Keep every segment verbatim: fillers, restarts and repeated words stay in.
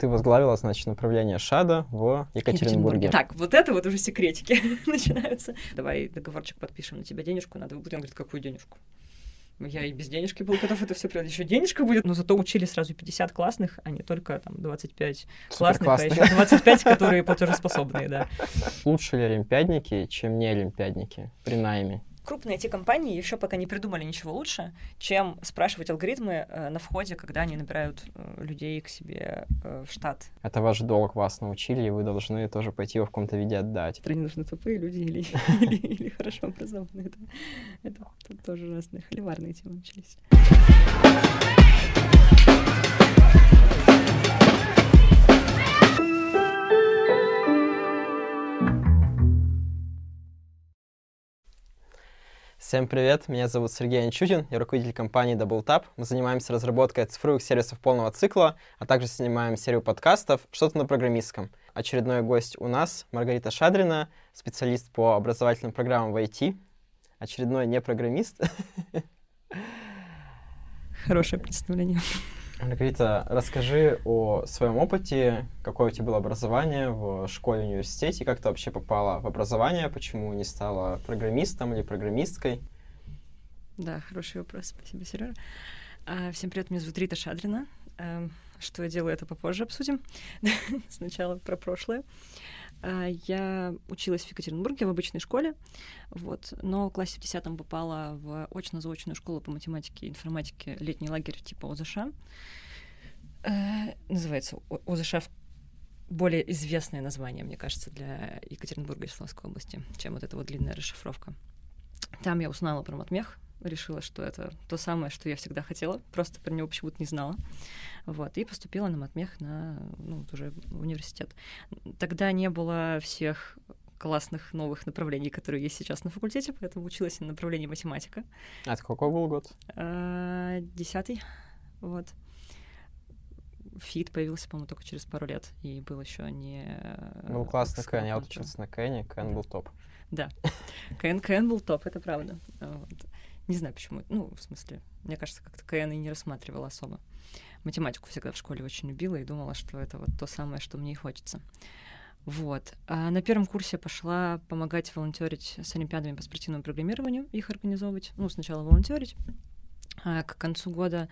Ты возглавила, значит, направление ШАДа в Екатеринбурге. Так, вот это вот уже секретики начинаются. Давай договорчик подпишем, на тебя денежку надо. Он говорит, какую денежку? Я и без денежки был готов это все придать. Еще денежка будет. Но зато учили сразу пятьдесят классных, а не только там двадцать пять классных, а еще двадцать пять, которые платежеспособные, да. Лучше ли олимпиадники, чем не олимпиадники при найме? Крупные эти компании еще пока не придумали ничего лучше, чем спрашивать алгоритмы э, на входе, когда они набирают э, людей к себе э, в штат. Это ваш долг, вас научили, и вы должны тоже пойти его в каком-то виде отдать. Это не нужны тупые люди или, или, или хорошо образованные. Это, это, это тоже разные холиварные темы начались. Всем привет, меня зовут Сергей Анчутин, я руководитель компании DoubleTap. Мы занимаемся разработкой цифровых сервисов полного цикла, а также снимаем серию подкастов «Что-то на программистском». Очередной гость у нас Маргарита Шадрина, специалист по образовательным программам в ай ти. Очередной не программист. Хорошее представление. Маргарита, расскажи о своем опыте, какое у тебя было образование в школе, университете, как ты вообще попала в образование, почему не стала программистом или программисткой? Да, хороший вопрос, спасибо, Сережа. Всем привет, меня зовут Рита Шадрина. Что я делаю, это попозже обсудим. Сначала про прошлое. Я училась в Екатеринбурге в обычной школе, вот, но в классе в десятом попала в очно-заочную школу по математике и информатике, летний лагерь типа ОЗШ. Э, называется ОЗШ, более известное название, мне кажется, для Екатеринбурга и Свердловской области, чем вот эта вот длинная расшифровка. Там я узнала про матмех, решила, что это то самое, что я всегда хотела, просто про него почему-то не знала. Вот, и поступила на матмех на, ну, вот уже в университет. Тогда не было всех классных новых направлений, которые есть сейчас на факультете, поэтому училась на направлении математика. А это какой был год? Десятый, вот. ФИТ появился, по-моему, только через пару лет, и был еще не... Был классный КН, я вот учился на КН, КН был топ. Да, КН, КН был топ, это правда. Вот. Не знаю, почему. Ну, в смысле, мне кажется, как-то КН и не рассматривала особо. Математику всегда в школе очень любила и думала, что это вот то самое, что мне и хочется. Вот. А на первом курсе пошла помогать волонтерить с олимпиадами по спортивному программированию, их организовывать. Ну, сначала волонтерить, а к концу года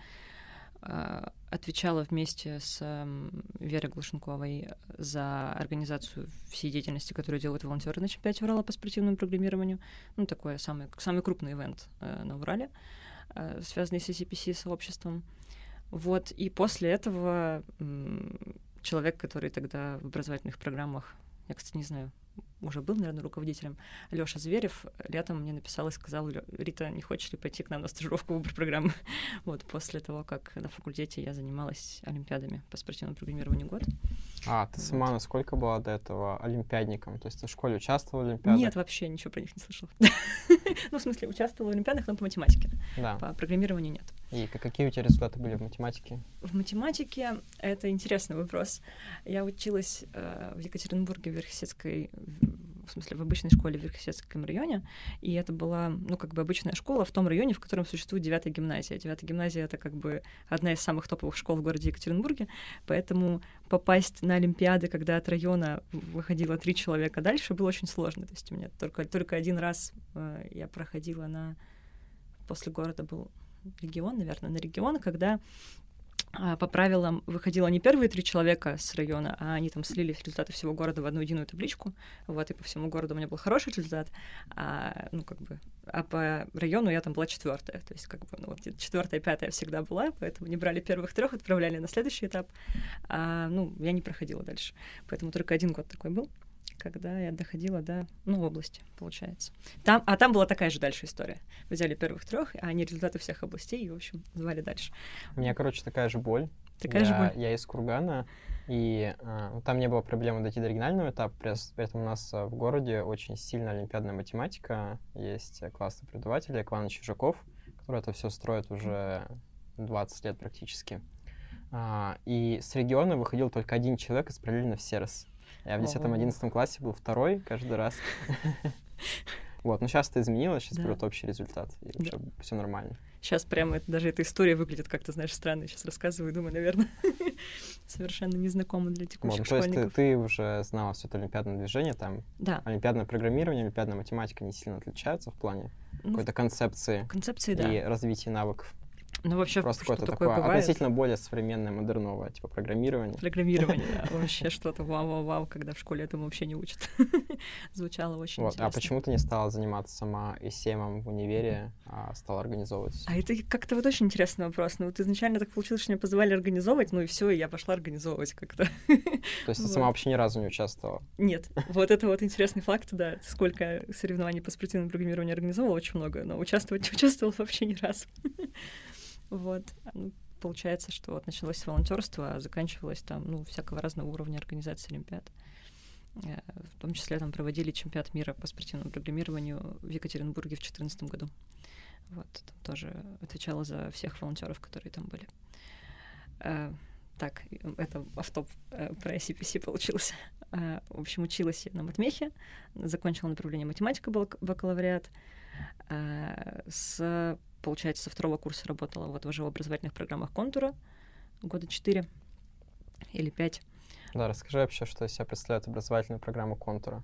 а, отвечала вместе с um, Верой Глушенковой за организацию всей деятельности, которую делают волонтеры на чемпионате Урала по спортивному программированию. Ну, такой самый, самый крупный ивент э, на Урале, э, связанный с эй си пи си-сообществом. Вот, и после этого м- человек, который тогда в образовательных программах, я, кстати, не знаю, уже был, наверное, руководителем, Лёша Зверев, летом мне написал и сказал: Рита, не хочешь ли пойти к нам на стажировку в выбор программы? Вот, после того, как на факультете я занималась олимпиадами по спортивному программированию год. А, ты вот. сама насколько была до этого олимпиадником? То есть ты в школе участвовала в олимпиадах? Нет, вообще ничего про них не слышала. Ну, в смысле, участвовала в олимпиадах, но по математике. Да. По программированию нет. И какие у тебя результаты были в математике? В математике это интересный вопрос. Я училась э, в Екатеринбурге в Верхесецкой, в смысле, в обычной школе в Верхесецком районе, и это была, ну, как бы обычная школа в том районе, в котором существует девятая гимназия. Девятая гимназия — это как бы одна из самых топовых школ в городе Екатеринбурге, поэтому попасть на олимпиады, когда от района выходило три человека дальше, было очень сложно. То есть у меня только, только один раз э, я проходила на... После города был регион, наверное, на регион, когда а, по правилам выходило не первые три человека с района, а они там слили результаты всего города в одну единую табличку, вот, и по всему городу у меня был хороший результат, а, ну, как бы, а по району я там была четвертая, то есть, как бы, ну, вот, четвертая, пятая всегда была, поэтому не брали первых трех, отправляли на следующий этап, а, ну, я не проходила дальше, поэтому только один год такой был, когда я доходила до, ну, области, получается. Там, а там была такая же дальше история. Взяли первых трех, а они результаты всех областей, и, в общем, звали дальше. У меня, короче, такая же боль. Такая я, же боль. Я из Кургана, и а, там не было проблемы дойти до регионального этапа, при этом у нас а, в городе очень сильная олимпиадная математика. Есть классный преподаватель Олег Иванович Чижаков, который это все строит уже двадцать лет практически. А, и с региона выходил только один человек из параллельно Серос. Я в десятом-одиннадцатом классе был второй каждый раз. Вот, но сейчас это изменилось, сейчас берут общий результат, и уже все нормально. Сейчас прямо это, даже эта история выглядит как-то, знаешь, странно. Сейчас рассказываю, думаю, наверное, совершенно незнакомо для текущих вот, школьников. То есть ты, ты уже знала все это олимпиадное движение, там да. олимпиадное программирование, олимпиадная математика не сильно отличаются в плане ну, какой-то концепции, концепции, и да. развития навыков? Ну, вообще, просто что какое-то такое такое бывает? Относительно более современное, модерновое, типа программирование. Программирование, да. Вообще что-то вау-вау-вау, когда в школе этому вообще не учат. Звучало очень вот. интересно. А почему ты не стала заниматься сама и семом в универе, а стала организовывать? А это как-то вот очень интересный вопрос. Ну, вот изначально так получилось, что меня позвали организовывать, ну и все, и я пошла организовывать как-то. То есть ты вот. сама вообще ни разу не участвовала? Нет. Вот это вот интересный факт, да. Сколько соревнований по спортивному программированию организовывала, очень много, но участвовать не участвовала вообще ни разу. Вот. Ну, получается, что вот началось с волонтерства, а заканчивалось там, ну, всякого разного уровня организации олимпиад. В том числе там проводили чемпионат мира по спортивному программированию в Екатеринбурге в две тысячи четырнадцатом году. Вот, там тоже отвечала за всех волонтеров, которые там были. А, так, это автоп про ай си пи си получился. А, в общем, училась я на матмехе, закончила направление математика, бакалавриат. А, с Получается, со второго курса работала вот в образовательных программах «Контура» года четыре или пять. Да, расскажи вообще, что из себя представляет образовательная программа «Контура».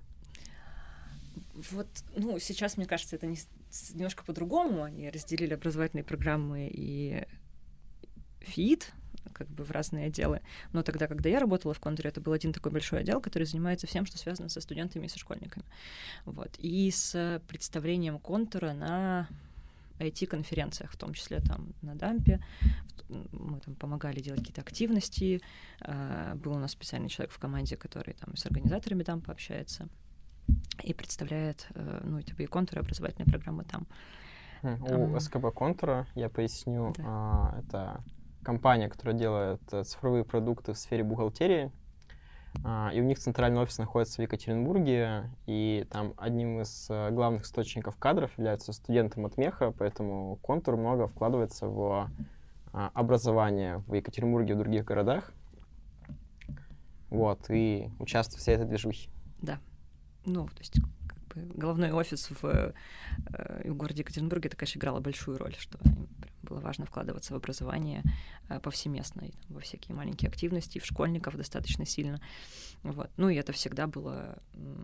Вот, ну, сейчас, мне кажется, это не, немножко по-другому. Они разделили образовательные программы и ФИИД, как бы в разные отделы. Но тогда, когда я работала в «Контуре», это был один такой большой отдел, который занимается всем, что связано со студентами и со школьниками. Вот. И с представлением «Контура» на ай ти-конференциях, в том числе там на Дампе. Мы там помогали делать какие-то активности. Был у нас специальный человек в команде, который там с организаторами Дампа общается и представляет, ну, типа и контуры образовательной программы там. У um, эс ка бэ «Контура», я поясню, да. а, это компания, которая делает цифровые продукты в сфере бухгалтерии. И у них центральный офис находится в Екатеринбурге, и там одним из главных источников кадров являются студенты матмеха, поэтому «Контур» много вкладывается в образование в Екатеринбурге и в других городах. Вот, и участвует в всей этой движухе. Да. Ну, то есть как бы головной офис в, э, в городе Екатеринбурге, это, конечно, играло большую роль, что было важно вкладываться в образование э, повсеместно, и, там, во всякие маленькие активности, и в школьников достаточно сильно. Вот. Ну, и это всегда было,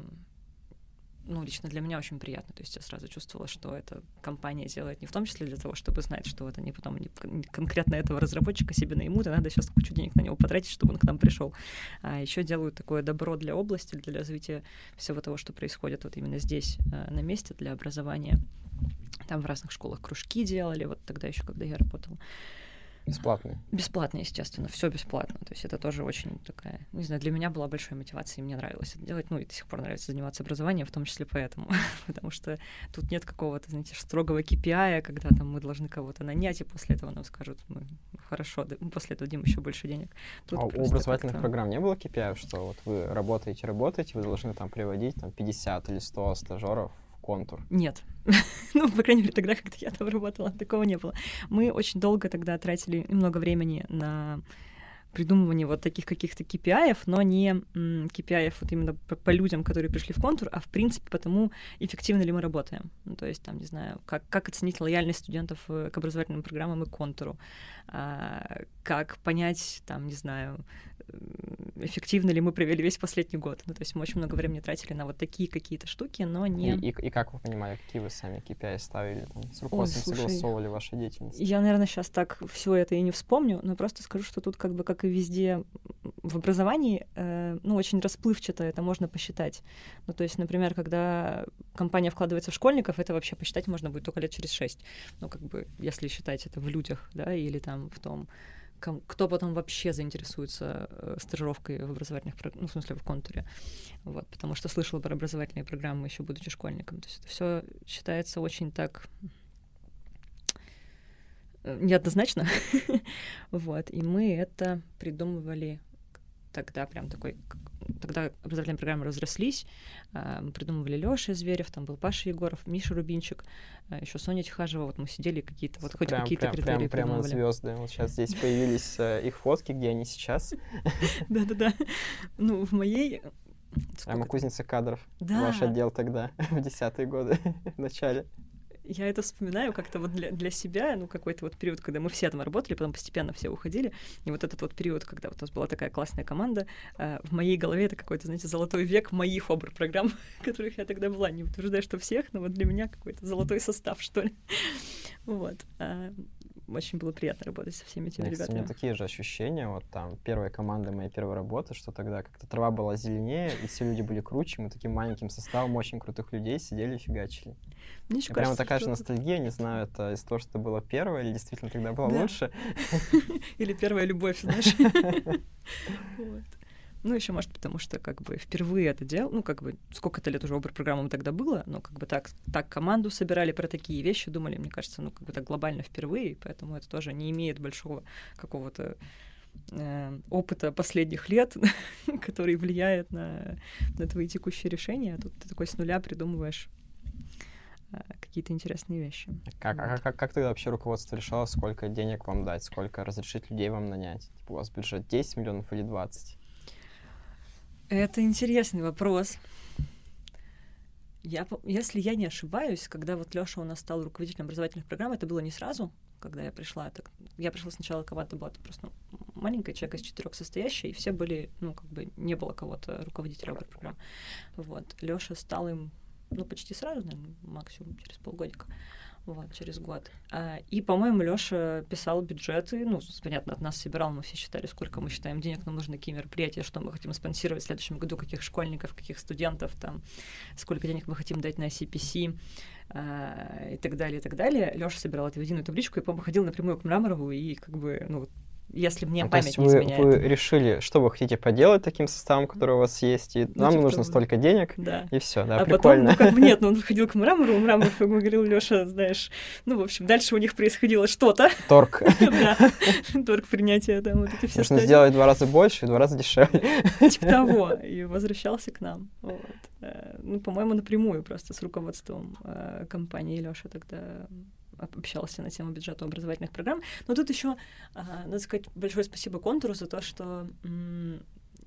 ну, лично для меня очень приятно. То есть я сразу чувствовала, что эта компания делает не в том числе для того, чтобы знать, что вот они потом не конкретно этого разработчика себе наймут, и надо сейчас кучу денег на него потратить, чтобы он к нам пришел. А еще делают такое добро для области, для развития всего того, что происходит вот именно здесь, на месте, для образования. Там в разных школах кружки делали, вот тогда еще, когда я работала. Бесплатные? Бесплатно, естественно, все бесплатно. То есть это тоже очень такая, не знаю, для меня была большой мотивацией, и мне нравилось это делать, ну и до сих пор нравится заниматься образованием, в том числе поэтому, потому что тут нет какого-то, знаете, строгого кей пи ай, когда там мы должны кого-то нанять, и после этого нам скажут, мы хорошо, да, после этого дадим еще больше денег. Тут а у образовательных программ не было кей пи ай, что вот вы работаете, работаете, вы должны там приводить там пятьдесят или сто стажеров в «Контур»? Нет. Ну, по крайней мере, тогда, когда я там работала, такого не было. Мы очень долго тогда тратили много времени на придумывание вот таких каких-то кей пи ай-ев, но не кей пи ай-ев вот именно по, по людям, которые пришли в «Контур», а в принципе по тому, эффективно ли мы работаем. Ну, то есть, там, не знаю, как, как оценить лояльность студентов к образовательным программам и «Контуру», а, как понять, там, не знаю, эффективно ли мы провели весь последний год. Ну, то есть мы очень много времени тратили на вот такие какие-то штуки, но не... И, и, и как вы понимали, какие вы сами кей пи ай ставили? Там, с руководством согласовывали вашу деятельность? Я, наверное, сейчас так все это и не вспомню, но просто скажу, что тут как бы, как и везде в образовании, э, ну, очень расплывчато это можно посчитать. Ну, то есть, например, когда компания вкладывается в школьников, это вообще посчитать можно будет только лет через шесть. Ну, как бы, если считать это в людях, да, или там в том... кто потом вообще заинтересуется э, стажировкой в образовательных программах, ну, в смысле, в «Контуре». Вот, потому что слышала про образовательные программы еще будучи школьником. То есть это все считается очень так неоднозначно. Вот, и мы это придумывали тогда прям такой... Тогда образовательные программы разрослись, мы придумывали Лёша Зверев, там был Паша Егоров, Миша Рубинчик, еще Соня Тихажева, вот мы сидели какие-то, вот хоть прям, какие-то прям, критерии прям, прямо придумывали. звезды. Вот сейчас здесь появились их фотки, где они сейчас. Да-да-да. Ну, в моей... Прямо кузница кадров. Да. Ваш отдел тогда, в десятые годы, в начале. Я это вспоминаю как-то вот для, для себя, ну, какой-то вот период, когда мы все там работали, потом постепенно все уходили, и вот этот вот период, когда вот у нас была такая классная команда, э, в моей голове это какой-то, знаете, золотой век моих обр-программ, в которых я тогда была. Не утверждаю, что всех, но вот для меня какой-то золотой состав, что ли. Вот. А, очень было приятно работать со всеми этими Мне, кстати, у ребятами. меня такие же ощущения, вот там, первая команда моей первой работы, что тогда как-то трава была зеленее, и все люди были круче, мы таким маленьким составом очень крутых людей сидели и фигачили. Мне еще И прямо кажется, такая же что- ностальгия, не знаю, это из того, что это было первое, или действительно тогда было Да. лучше. Или первая любовь, знаешь. Вот. Ну, еще, может, потому что как бы впервые это делал, ну, как бы сколько-то лет уже обр-программам тогда было, но как бы так, так команду собирали про такие вещи, думали, мне кажется, ну, как бы так глобально впервые, и поэтому это тоже не имеет большого какого-то э, опыта последних лет, который влияет на, на твои текущие решения. А тут ты такой с нуля придумываешь э, какие-то интересные вещи. Как, а Вот. как, как тогда вообще руководство решало, сколько денег вам дать, сколько разрешить людей вам нанять? Типа у вас бюджет десять миллионов или двадцать? Это интересный вопрос. Я, по- если я не ошибаюсь, когда вот Лёша у нас стал руководителем образовательных программ, это было не сразу, когда я пришла. Это, я пришла сначала, команда была просто ну, маленькая, человек из четырех состоящая, и все были, ну, как бы не было кого-то руководителя программ. Вот. Лёша стал им, ну, почти сразу, наверное, максимум через полгодика. Вот, через год. А, и, по-моему, Лёша писал бюджеты, ну, с- понятно, от нас собирал, мы все считали, сколько мы считаем денег нам нужно, какие мероприятия, что мы хотим спонсировать в следующем году, каких школьников, каких студентов, там, сколько денег мы хотим дать на си пи си а, и так далее, и так далее. Лёша собирал это в единую табличку и, по-моему, ходил напрямую к Мраморову, и, как бы, ну, если мне Ну, то память есть не вы, изменяет. вы решили, что вы хотите поделать таким составом, который у вас есть, и Ну, нам типа нужно того, столько денег, Да. и все, да, А потом, прикольно. ну, как бы нет, ну, он ходил к Мрамору, Мраморов ему говорил, Лёша, знаешь, ну, в общем, дальше у них происходило что-то. Торг. Да, торг принятия, там, вот эти все Нужно стадии. сделать в два раза больше и в два раза дешевле. Типа того, и возвращался к нам. Вот. Э, Ну, по-моему, напрямую просто с руководством э, компании Лёша тогда об- общался на тему бюджета образовательных программ. Но тут еще, надо сказать, большое спасибо Контуру за то, что м,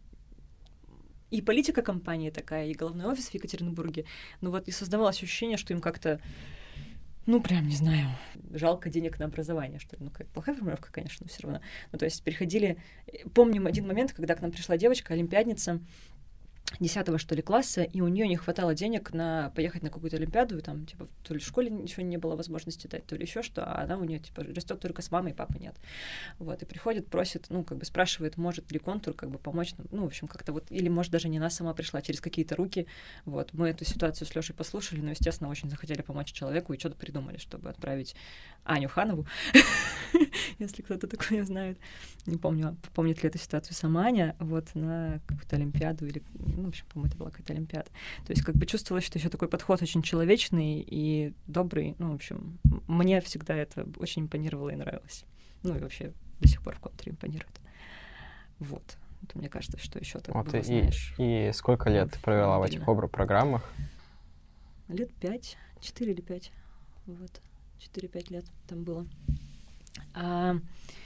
и политика компании такая, и головной офис в Екатеринбурге, ну вот и создавалось ощущение, что им как-то, ну, прям, не знаю, жалко денег на образование, что ли. Ну, как плохая формулировка, конечно, но все равно. Ну, то есть приходили... Помним один момент, когда к нам пришла девочка, олимпиадница, десятого, что ли, класса, и у нее не хватало денег на поехать на какую-то олимпиаду, и там, типа, то ли в школе ничего не было возможности дать, то ли еще что, а она у нее, типа, растет только с мамой, папы нет. Вот, и приходит, просит, ну, как бы спрашивает, может ли Контур, как бы, помочь нам, ну, в общем, как-то вот, или, может, даже не она сама пришла, через какие-то руки, вот. Мы эту ситуацию с Лешей послушали, но, естественно, очень захотели помочь человеку и что-то придумали, чтобы отправить Аню Ханову, если кто-то такое знает. Не помню, помнит ли эту ситуацию сама Аня, вот, на какую-то олимпиаду или, ну, в общем, по-моему, это была какая-то олимпиада. То есть как бы чувствовалось, что еще такой подход очень человечный и добрый. Ну, в общем, м- мне всегда это очень импонировало и нравилось. Ну, и вообще до сих пор в Контуре импонирует. Вот. Это, мне кажется, что еще так Вот было, и, знаешь, и сколько лет ты провела в этих мобильно. обр-программах? лет пять, четыре или пять. Вот. Четыре-пять лет там было. А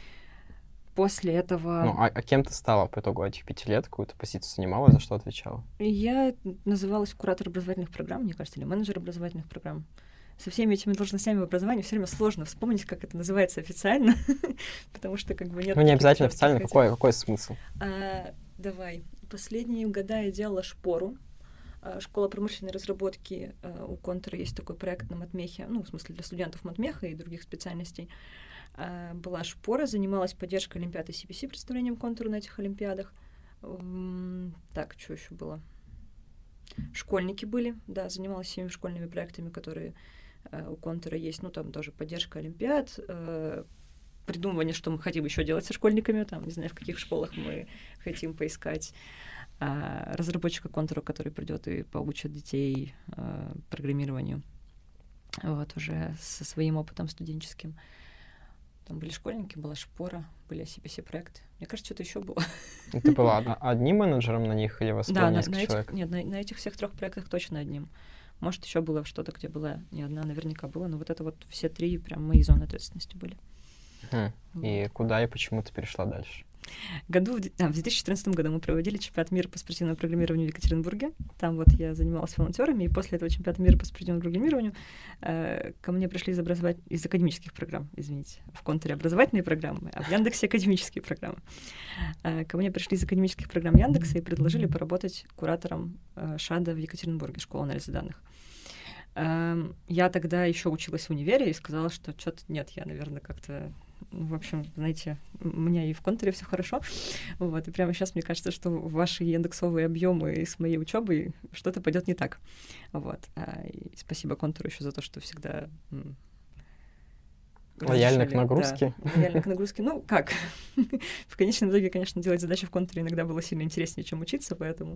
после этого... Ну, а, а кем ты стала по итогу этих пяти лет? Какую-то позицию занимала, за что отвечала? Я называлась куратор образовательных программ, мне кажется, или менеджер образовательных программ. Со всеми этими должностями в образовании все время сложно вспомнить, как это называется официально, потому что как бы нет... Ну, не таких обязательно четких официально. этих. Какой, какой смысл? А, давай. Последние года я делала шпору. А, Школа промышленной разработки. а, У Контура есть такой проект на матмехе, ну, в смысле для студентов матмеха и других специальностей. А, Была шпора, занималась поддержкой олимпиады си пи си, представлением Контура на этих олимпиадах. М, Так, что еще было? Школьники были, да, занималась всеми школьными проектами, которые э, у Контура есть. Ну, там тоже поддержка олимпиад, э, придумывание, что мы хотим еще делать со школьниками, там, не знаю, в каких школах мы хотим поискать а, разработчика Контура, который придет и поучит детей а, программированию. Вот, уже со своим опытом студенческим. Там были школьники, была шпора, были си пи си-проекты. Мне кажется, что-то еще было. И ты была одна- одним менеджером на них или у вас было Да, на, несколько на этих, человек? нет, на, на этих всех трех проектах точно одним. Может, еще было что-то, где была не одна, наверняка было, но вот это вот все три прям мои зоны ответственности были. Хм. И Вот. куда и почему ты перешла дальше? Году, а, в две тысячи четырнадцатом году мы проводили чемпионат мира по спортивному программированию в Екатеринбурге. Там вот я занималась волонтерами, и после этого чемпионата мира по спортивному программированию э, ко мне пришли из, образовать... из академических программ, извините. В Контуре образовательные программы, а в Яндексе академические программы. Э, ко мне пришли из академических программ Яндекса и предложили поработать куратором э, ШАДа в Екатеринбурге, школа анализа данных. Э, я тогда еще училась в универе и сказала, что что-то нет, я, наверное, как-то... В общем, знаете, у меня и в Контуре все хорошо. Вот, и прямо сейчас мне кажется, что ваши индексовые объемы с моей учебой что-то пойдет не так. Вот. И спасибо Контуру еще за то, что всегда лояльно к нагрузке. Да, лояльно к нагрузке. Ну, как? В конечном итоге, конечно, делать задачи в Контуре иногда было сильно интереснее, чем учиться, поэтому...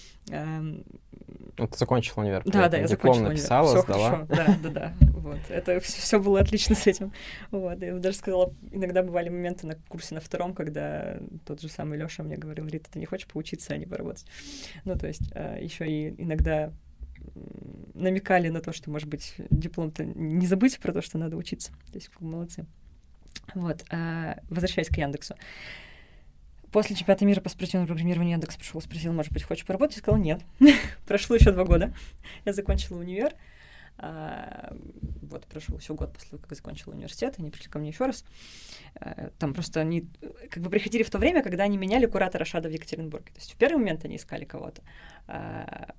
Ну, ты закончила универ. Да, да, я диплом закончила написала, универ. сдала. Хорошо. Да, да, да. Вот. Это все было отлично с этим. Вот. Я даже сказала, иногда бывали моменты на курсе на втором, когда тот же самый Лёша мне говорил: Рита, ты не хочешь поучиться, а не поработать? Ну, то есть еще и иногда намекали на то, что, может быть, диплом-то не забыть про то, что надо учиться. То есть молодцы. Вот. Возвращаясь к Яндексу. После чемпионата мира по спортивному программированию Яндекс пришел, спросил, может быть, хочешь поработать? Я сказала, нет. Прошло еще два года. Я закончила универ. А, вот, прошел еще год после того, как я закончила университет. Они пришли ко мне еще раз. А, там просто они как бы приходили в то время, когда они меняли куратора ШАДа в Екатеринбурге. То есть в первый момент они искали кого-то. А,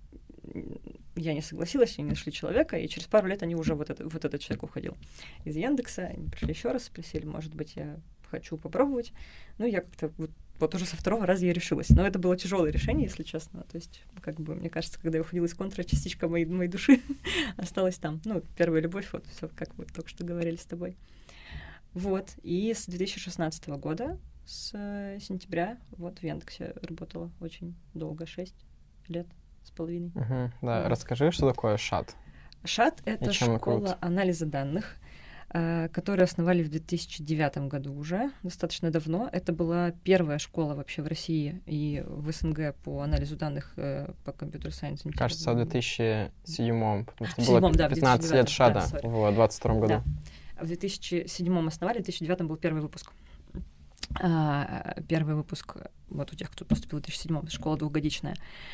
я не согласилась, они нашли человека, и через пару лет они уже вот, это, вот этот человек уходил из Яндекса. Они пришли еще раз, спросили, может быть, я хочу попробовать. Ну, я как-то вот Вот уже со второго раза я решилась. Но это было тяжелое решение, если честно. То есть, как бы, мне кажется, когда я уходила из Контура, частичка моей, моей души осталась там. Ну, первая любовь, вот все, как мы только что говорили с тобой. Вот. И с две тысячи шестнадцатого года, с сентября, вот в Яндексе работала очень долго, шесть лет с половиной. Угу, да. Вот. Расскажи, что такое ШАД. ШАД — это школа анализа данных, которую основали в две тысячи девятом году уже, достаточно давно. Это была первая школа вообще в России и в СНГ по анализу данных по компьютер-сайенсу. Кажется, в две тысячи седьмом, потому что седьмом, было да, пятнадцать лет ШАДа, да, в двадцать втором году. Да. В две тысячи седьмом основали, в две тысячи девятом был первый выпуск. Первый выпуск вот у тех, кто поступил в две тысячи седьмом, школа двухгодичная.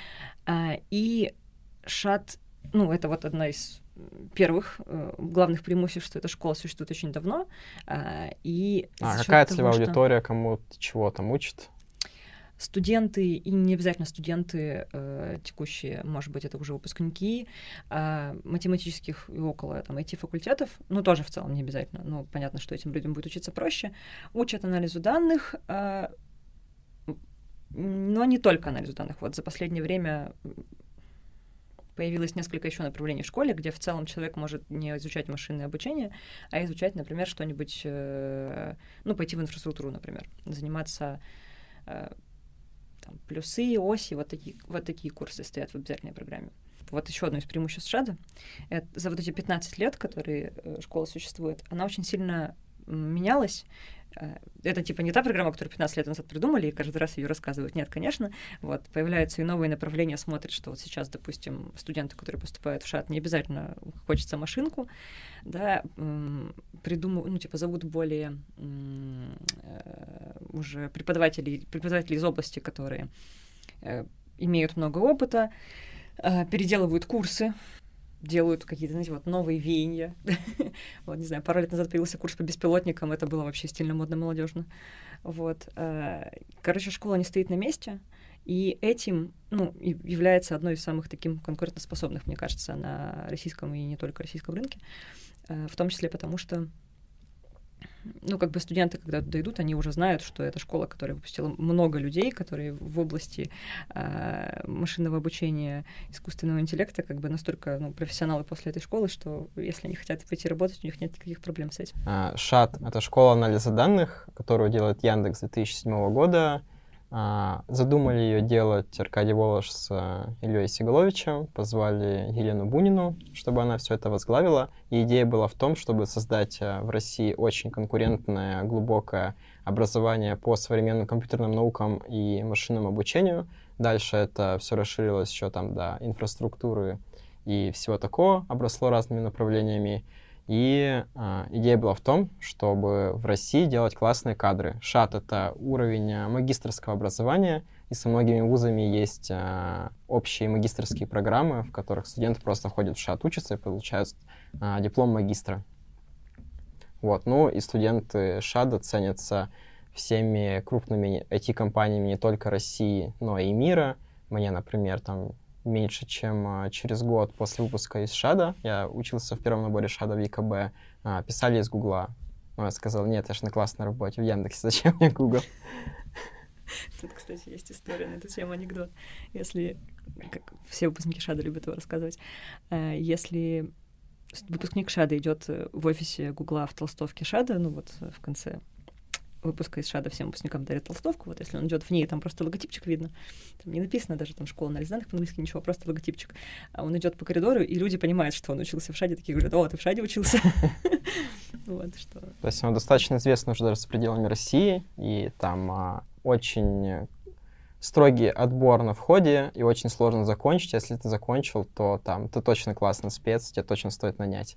И ШАД, ну, это вот одна из первых э, главных преимуществ, что эта школа существует очень давно. Э, и а какая целевая того, аудитория, кому чего там учат? Студенты, и не обязательно студенты э, текущие, может быть, это уже выпускники э, математических и около там, ай ти-факультетов, ну, тоже в целом не обязательно, но понятно, что этим людям будет учиться проще, учат анализу данных, э, но не только анализу данных. Вот за последнее время появилось несколько еще направлений в школе, где в целом человек может не изучать машинное обучение, а изучать, например, что-нибудь, э, ну, пойти в инфраструктуру, например, заниматься э, там, плюсы, оси, вот такие, вот такие курсы стоят в обязательной программе. Вот еще одно из преимуществ ШАДа. Это, за вот эти пятнадцать лет, которые э, школа существует, она очень сильно менялась. Это типа не та программа, которую пятнадцать лет назад придумали, и каждый раз ее рассказывают. Нет, конечно. Вот, появляются и новые направления, смотрят, что вот сейчас, допустим, студенты, которые поступают в ШАД, не обязательно хочется машинку, да, придумывают, ну, типа, зовут более уже преподавателей, преподавателей из области, которые имеют много опыта, переделывают курсы, делают какие-то, знаете, вот новые веяния. Вот, не знаю, пару лет назад появился курс по беспилотникам, это было вообще стильно, модно, молодежно. Вот. Короче, школа не стоит на месте, и этим, ну, является одной из самых таких конкурентоспособных, мне кажется, на российском и не только российском рынке, в том числе потому, что ну, как бы студенты, когда туда идут, они уже знают, что это школа, которая выпустила много людей, которые в области э, машинного обучения, искусственного интеллекта, как бы настолько ну, профессионалы после этой школы, что если они хотят пойти работать, у них нет никаких проблем с этим. ШАД — это школа анализа данных, которую делает Яндекс с две тысячи седьмого года. Задумали ее делать Аркадий Волош с Ильей Сигаловичем, позвали Елену Бунину, чтобы она все это возглавила. И идея была в том, чтобы создать в России очень конкурентное, глубокое образование по современным компьютерным наукам и машинному обучению. Дальше это все расширилось еще там до инфраструктуры и всего такого, обросло разными направлениями. И а, идея была в том, чтобы в России делать классные кадры. ШАД — это уровень магистерского образования, и со многими вузами есть а, общие магистерские программы, в которых студенты просто ходят в ШАД, учатся и получают а, диплом магистра. Вот. Ну и студенты ШАДа ценятся всеми крупными ай ти-компаниями не только России, но и мира. Мне, например, там меньше, чем а, через год после выпуска из ШАДа, я учился в первом наборе ШАДа в ЕКБ, а, писали из Гугла. Но я сказал, нет, я же на классной работе в Яндексе, зачем мне Гугл? Тут, кстати, есть история на эту тему, анекдот. Если, как все выпускники ШАДа любят его рассказывать, если выпускник ШАДа идет в офисе Гугла в толстовке ШАДа, ну вот в конце выпуска из ШАДа всем выпускникам дарят толстовку, вот если он идет в ней, там просто логотипчик видно, там не написано даже там школа анализ данных по-английски, ничего, просто логотипчик. А он идет по коридору, и люди понимают, что он учился в ШАДе, такие говорят, о, ты в ШАДе учился? Вот что. То есть он достаточно известен уже даже за пределами России, и там очень строгий отбор на входе, и очень сложно закончить. Если ты закончил, то там ты точно классный спец, тебе точно стоит нанять.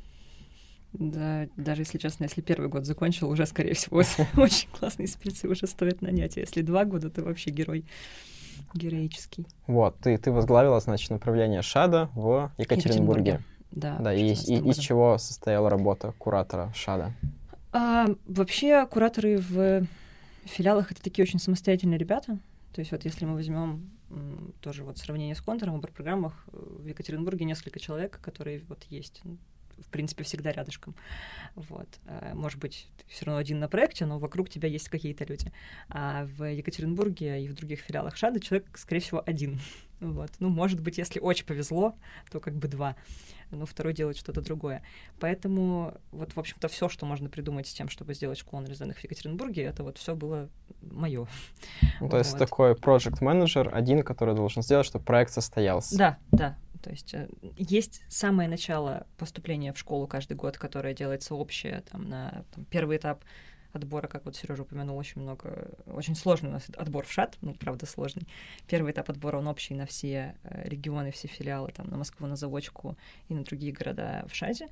Да, даже если честно, если первый год закончил, уже, скорее всего, очень классные спецы уже стоит нанять. А если два года, то вообще герой героический. Вот, ты, ты возглавила, значит, направление ШАДа в Екатеринбурге. Екатеринбурге. Да, да, и, и из чего состояла работа куратора ШАДа? А, вообще, кураторы в филиалах — это такие очень самостоятельные ребята. То есть вот если мы возьмем тоже вот сравнение с Контуром, в программах в Екатеринбурге несколько человек, которые вот есть, в принципе, всегда рядышком. Вот. Может быть, ты все равно один на проекте, но вокруг тебя есть какие-то люди. А в Екатеринбурге и в других филиалах ШАДа человек, скорее всего, один. Вот. Ну, может быть, если очень повезло, то как бы два. Но второй делает что-то другое. Поэтому вот, в общем-то, все, что можно придумать с тем, чтобы сделать школу анализ данных в Екатеринбурге, это вот все было мое. Ну, то есть такой проект-менеджер один, который должен сделать, чтобы проект состоялся. Да, да. То есть есть самое начало поступления в школу каждый год, которое делается общее, там, на там, первый этап отбора, как вот Сережа упомянул, очень много, очень сложный у нас отбор в ШАД, ну, правда, сложный. Первый этап отбора, он общий на все регионы, все филиалы, там, на Москву, на Заводчику и на другие города в ШАДе.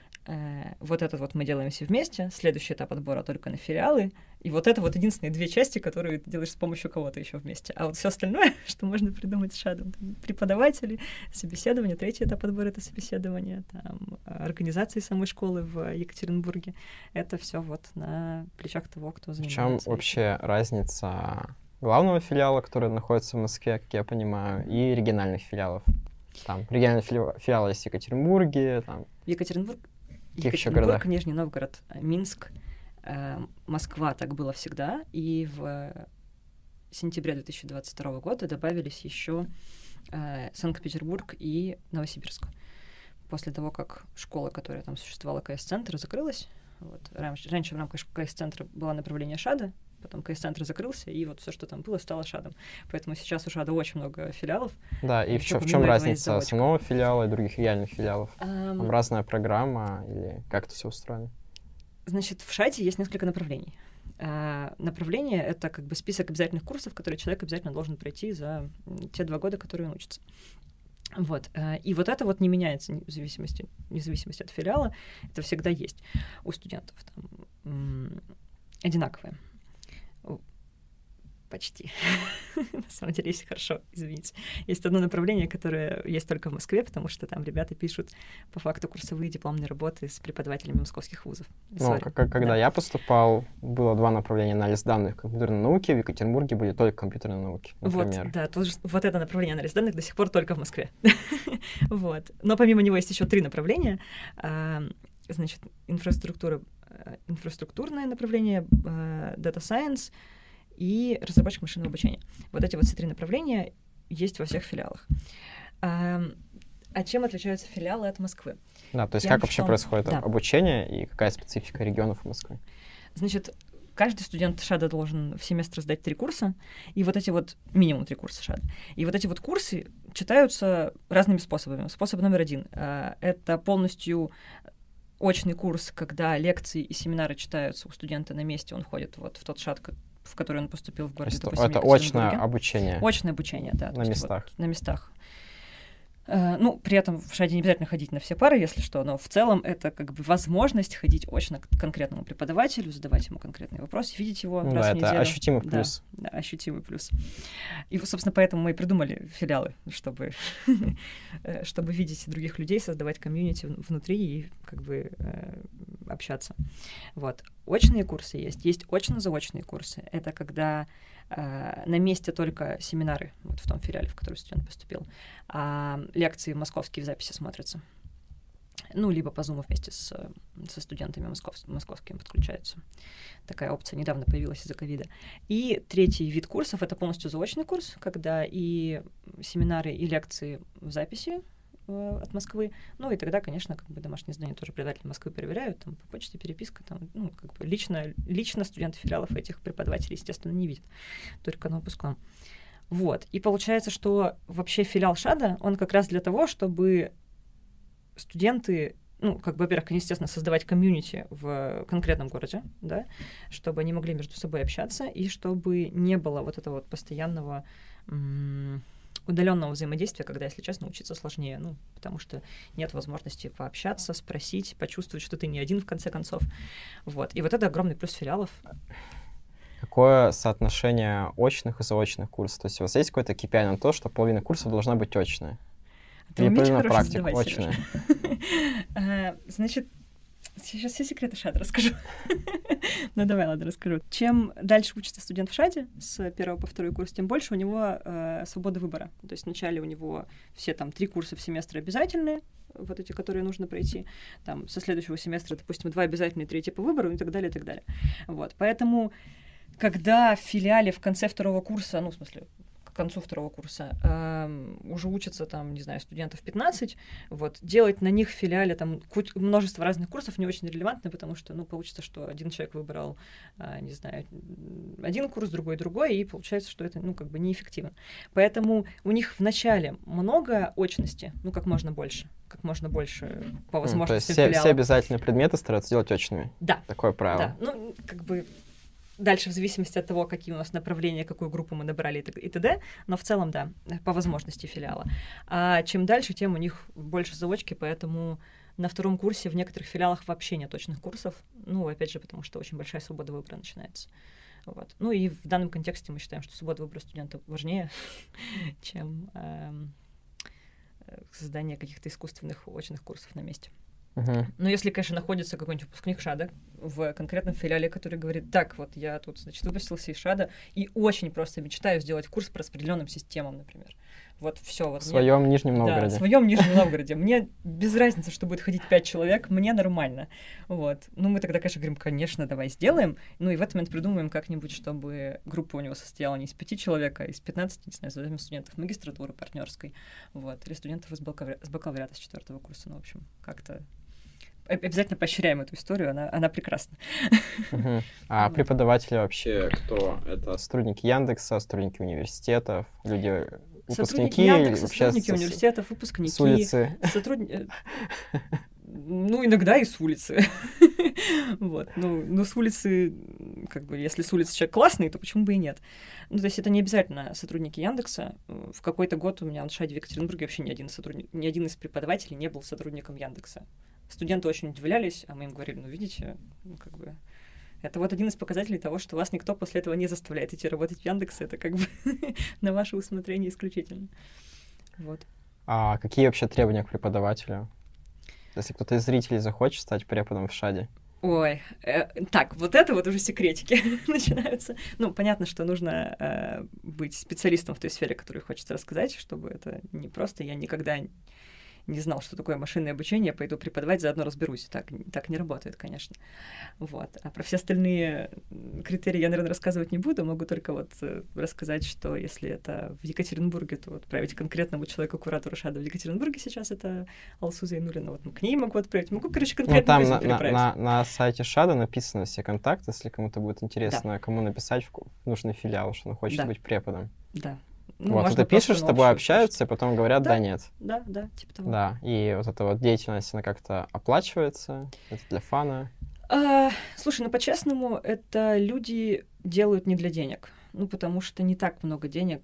Вот этот вот мы делаем все вместе. Следующий этап отбора только на филиалы. И вот это вот единственные две части, которые ты делаешь с помощью кого-то еще вместе. А вот все остальное, что можно придумать с ШАДом, там, преподаватели, собеседование, третий этап отбора — это собеседование, там, организации самой школы в Екатеринбурге. Это все вот на плечах того, кто занимается. В чем вообще разница главного филиала, который находится в Москве, как я понимаю, и региональных филиалов? Там региональные филиалы есть в Екатеринбурге, там... Екатеринбург Екатеринбург, Нижний Новгород, Минск, э, Москва, так было всегда. И в сентябре две тысячи двадцать второго года добавились еще э, Санкт-Петербург и Новосибирск. После того, как школа, которая там существовала, КС-центр, закрылась, вот, раньше, раньше в рамках КС-центра было направление ШАДа, потом КС-центр закрылся, и вот все, что там было, стало ШАДом. Поэтому сейчас у ШАДа очень много филиалов. Да, и, и в, чё, в чем разница основного филиала и других региональных филиалов? Um, там разная программа или как это все устроено? Значит, в ШАДе есть несколько направлений. Uh, направление — это как бы список обязательных курсов, которые человек обязательно должен пройти за те два года, которые он учится. Вот. И вот это вот не меняется в зависимости, в зависимости от филиала. Это всегда есть у студентов. Там, м- одинаковые. Почти. На самом деле, если хорошо, извините. Есть одно направление, которое есть только в Москве, потому что там ребята пишут по факту курсовые дипломные работы с преподавателями московских вузов. Ну, как, когда да. я поступал, было два направления: анализ данных компьютерной науки. В Екатеринбурге были только компьютерные науки, например. Вот, да, тоже, вот это направление анализ данных до сих пор только в Москве. Вот. Но помимо него есть еще три направления. Значит, инфраструктура, инфраструктурное направление, Data Science и разработчик машинного обучения. Вот эти вот все три направления есть во всех филиалах. А, а чем отличаются филиалы от Москвы? Да, то есть Тем, как вообще что... происходит да. обучение и какая специфика регионов Москвы? Значит, каждый студент ШАДа должен в семестр сдать три курса, и вот эти вот, минимум три курса ШАДа, и вот эти вот курсы читаются разными способами. Способ номер один — это полностью очный курс, когда лекции и семинары читаются у студента на месте, он ходит вот в тот ШАД, в который он поступил в городе. Это, допустим, это очное обучение. Очное обучение, да. На местах. Вот, на местах. Ну, при этом в ШАДе не обязательно ходить на все пары, если что, но в целом это как бы возможность ходить очно к конкретному преподавателю, задавать ему конкретные вопросы, видеть его Ну раз да, в это неделю. ощутимый плюс. Да, да, ощутимый плюс. И, собственно, поэтому мы и придумали филиалы, чтобы, чтобы видеть других людей, создавать комьюнити внутри и как бы общаться. Вот. Очные курсы есть. Есть очно-заочные курсы. Это когда э, на месте только семинары, вот в том филиале, в который студент поступил, а лекции московские в записи смотрятся. Ну, либо по Zoom вместе с, со студентами москов, московскими подключаются. Такая опция недавно появилась из-за ковида. И третий вид курсов — это полностью заочный курс, когда и семинары, и лекции в записи от Москвы. Ну и тогда, конечно, как бы домашние задания тоже предатель Москвы проверяют, там по почте переписка, там, ну, как бы лично, лично студенты филиалов этих преподавателей, естественно, не видят, только на выпускном. Вот. И получается, что вообще филиал ШАДа, он как раз для того, чтобы студенты, ну, как бы, во-первых, естественно, создавать комьюнити в конкретном городе, да, чтобы они могли между собой общаться, и чтобы не было вот этого вот постоянного м- удаленного взаимодействия, когда, если честно, учиться сложнее, ну, потому что нет возможности пообщаться, спросить, почувствовать, что ты не один, в конце концов. Вот. И вот это огромный плюс филиалов. Какое соотношение очных и заочных курсов? То есть у вас есть какой-то кей пи ай на то, что половина курсов должна быть очная? Ты Или умеешь половина хорошо практик задавать, очная? Значит, сейчас все секреты ШАДа расскажу. Ну давай, ладно, расскажу. Чем дальше учится студент в ШАДе, с первого по второй курс, тем больше у него э, свобода выбора. То есть вначале у него все там три курса в семестр обязательные, вот эти, которые нужно пройти. Там со следующего семестра, допустим, два обязательные, третий по выбору и так далее, и так далее. Вот, поэтому, когда в филиале в конце второго курса, ну, в смысле, к концу второго курса э, уже учатся там, не знаю, студентов пятнадцать, вот, делать на них в филиале там множество разных курсов не очень релевантно, потому что, ну, получится, что один человек выбрал, э, не знаю, один курс, другой другой, и получается, что это, ну, как бы неэффективно. Поэтому у них в начале много очности, ну, как можно больше, как можно больше по возможности mm, то есть все, филиала. все обязательные предметы стараются делать очными? Да. Такое правило? Да, ну, как бы... Дальше в зависимости от того, какие у нас направления, какую группу мы набрали и т.д., но в целом, да, по возможности филиала. А чем дальше, тем у них больше заочки, поэтому на втором курсе в некоторых филиалах вообще нет точных курсов. Ну, опять же, потому что очень большая свобода выбора начинается. Вот. Ну и в данном контексте мы считаем, что свобода выбора студента важнее, чем эм, создание каких-то искусственных очных курсов на месте. Uh-huh. Но если, конечно, находится какой-нибудь выпускник ШАДа в конкретном филиале, который говорит: так, вот я тут, значит, выпустился из ШАДа и очень просто мечтаю сделать курс по распределенным системам, например. Вот все. Вот в своем мне... Нижнем Новгороде. Да, в своем Нижнем Новгороде. Мне без разницы, что будет ходить пять человек, мне нормально. Вот. Ну, мы тогда, конечно, говорим: конечно, давай сделаем. Ну, и в этот момент придумаем как-нибудь, чтобы группа у него состояла не из пяти человек, а из пятнадцати, не знаю, зовем студентов магистратуры партнерской, вот, или студентов из бакалавриата, с бакалавриата с четвертого курса. Ну, в общем, как-то обязательно поощряем эту историю, она, она прекрасна. Uh-huh. А вот. Преподаватели вообще кто? Это сотрудники Яндекса, сотрудники университетов, люди, выпускники? Сотрудники Яндекса, вообще сотрудники с, университетов, выпускники. С улицы? Сотруд... Ну, иногда и с улицы. Вот. Ну, ну, с улицы, как бы, если с улицы человек классный, то почему бы и нет? Ну, то есть это не обязательно сотрудники Яндекса. В какой-то год у меня в ШАДе в Екатеринбурге вообще ни один, сотрудник, ни один из преподавателей не был сотрудником Яндекса. Студенты очень удивлялись, а мы им говорили: ну, видите, ну, как бы, это вот один из показателей того, что вас никто после этого не заставляет идти работать в Яндекс, это как бы на ваше усмотрение исключительно. Вот. А какие вообще требования к преподавателю? Если кто-то из зрителей захочет стать преподом в ШАДе? Ой, э, так, вот это вот уже секретики начинаются. Ну, понятно, что нужно э, быть специалистом в той сфере, которую хочется рассказать, чтобы это не просто я никогда не знал, что такое машинное обучение, пойду преподавать, заодно разберусь. Так, так не работает, конечно. Вот. А про все остальные критерии я, наверное, рассказывать не буду. Могу только вот рассказать, что если это в Екатеринбурге, то отправить конкретному человеку, куратору ШАДа в Екатеринбурге сейчас это Алсу Зайнуллина. Вот к ней могу отправить. Могу, короче, конкретно ну, там на, на, на, на сайте ШАДа написаны все контакты, если кому-то будет интересно, да. Кому написать в нужный филиал, что он хочет да. быть преподом. Да. Ну, вот, ты пишешь, с тобой общаются, и потом говорят, да, да, нет. Да, да, типа того. Да, и вот эта вот деятельность, она как-то оплачивается, это для фана. А, слушай, ну, по-честному, это люди делают не для денег. Ну, потому что не так много денег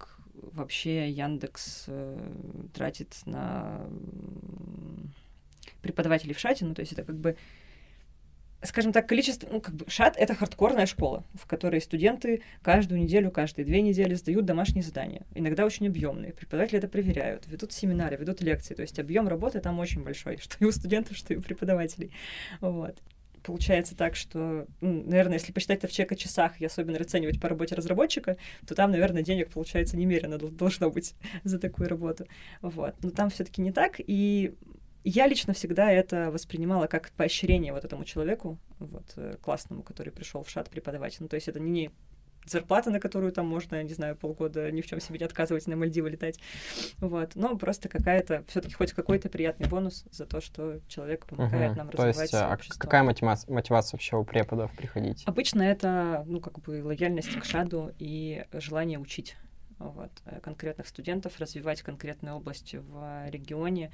вообще Яндекс э, тратит на преподавателей в шате, ну, то есть это как бы, скажем так, количество, ну, как бы шат — это хардкорная школа, в которой студенты каждую неделю, каждые две недели сдают домашние задания, иногда очень объемные. Преподаватели это проверяют, ведут семинары, ведут лекции, то есть объем работы там очень большой, что и у студентов, что и у преподавателей. Вот. Получается так, что, ну, наверное, если посчитать это в чека-часах и особенно расценивать по работе разработчика, то там, наверное, денег, получается, немерено должно быть за такую работу. Вот. Но там все-таки не так, и я лично всегда это воспринимала как поощрение вот этому человеку, вот, классному, который пришел в шат преподавать. Ну, то есть это не зарплата, на которую там можно, не знаю, полгода ни в чем себе не отказывать, на Мальдивы летать. Вот. Но просто какая-то, все-таки хоть какой-то приятный бонус за то, что человек помогает угу. нам то развивать есть, сообщество. А какая мотивация, мотивация вообще у преподов приходить? Обычно это, ну, как бы лояльность к шаду и желание учить вот, конкретных студентов, развивать конкретные области в регионе,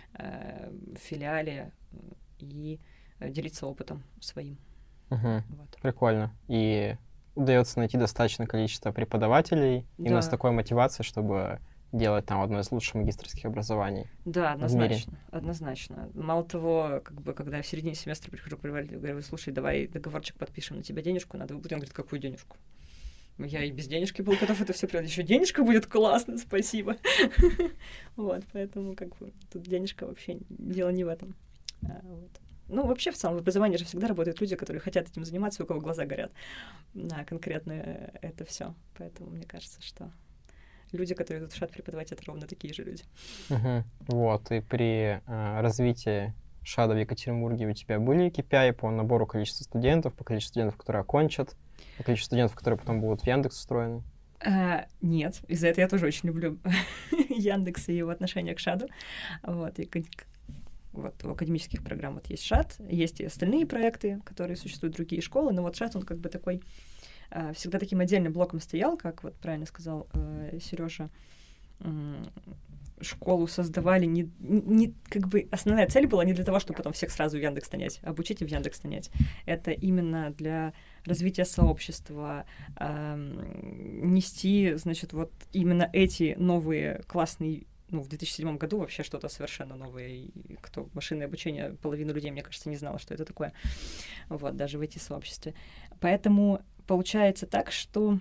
в филиале и делиться опытом своим. Угу. Вот. Прикольно. И удается найти достаточное количество преподавателей Да. именно с такой мотивацией, чтобы делать там одно из лучших магистерских образований. Да, однозначно, однозначно. Мало того, как бы, когда я в середине семестра прихожу к преподавателю, говорю: слушай, давай договорчик подпишем, на тебя денежку надо выплатить. Он говорит: какую денежку? Я и без денежки был готов это все придать. Еще денежка будет, классно, спасибо. Вот, поэтому как бы тут денежка вообще дело не в этом. Ну, вообще, в целом, в образовании же всегда работают люди, которые хотят этим заниматься, у кого глаза горят на конкретно это все. Поэтому мне кажется, что люди, которые идут в шат преподавать, это ровно такие же люди. Угу. Вот, и при э, развитии шада в Екатеринбурге у тебя были кей пи ай по набору количества студентов, по количеству студентов, которые окончат, по количеству студентов, которые потом будут в Яндекс устроены? А, нет, из-за этого я тоже очень люблю Яндекс и его отношение к шаду. Вот, и вот у академических программ вот есть шат, есть и остальные проекты, которые существуют, другие школы, но вот шат, он как бы такой, э, всегда таким отдельным блоком стоял, как вот правильно сказал э, Сережа, э, школу создавали не, не, как бы основная цель была не для того, чтобы потом всех сразу в Яндекс нанять, обучить и в Яндекс нанять. Это именно для развития сообщества, э, нести, значит, вот именно эти новые классные. Ну, в две тысячи седьмом году вообще что-то совершенно новое. И кто машинное обучение, половина людей, мне кажется, не знала, что это такое. Вот, даже в эти сообществе. Поэтому получается так, что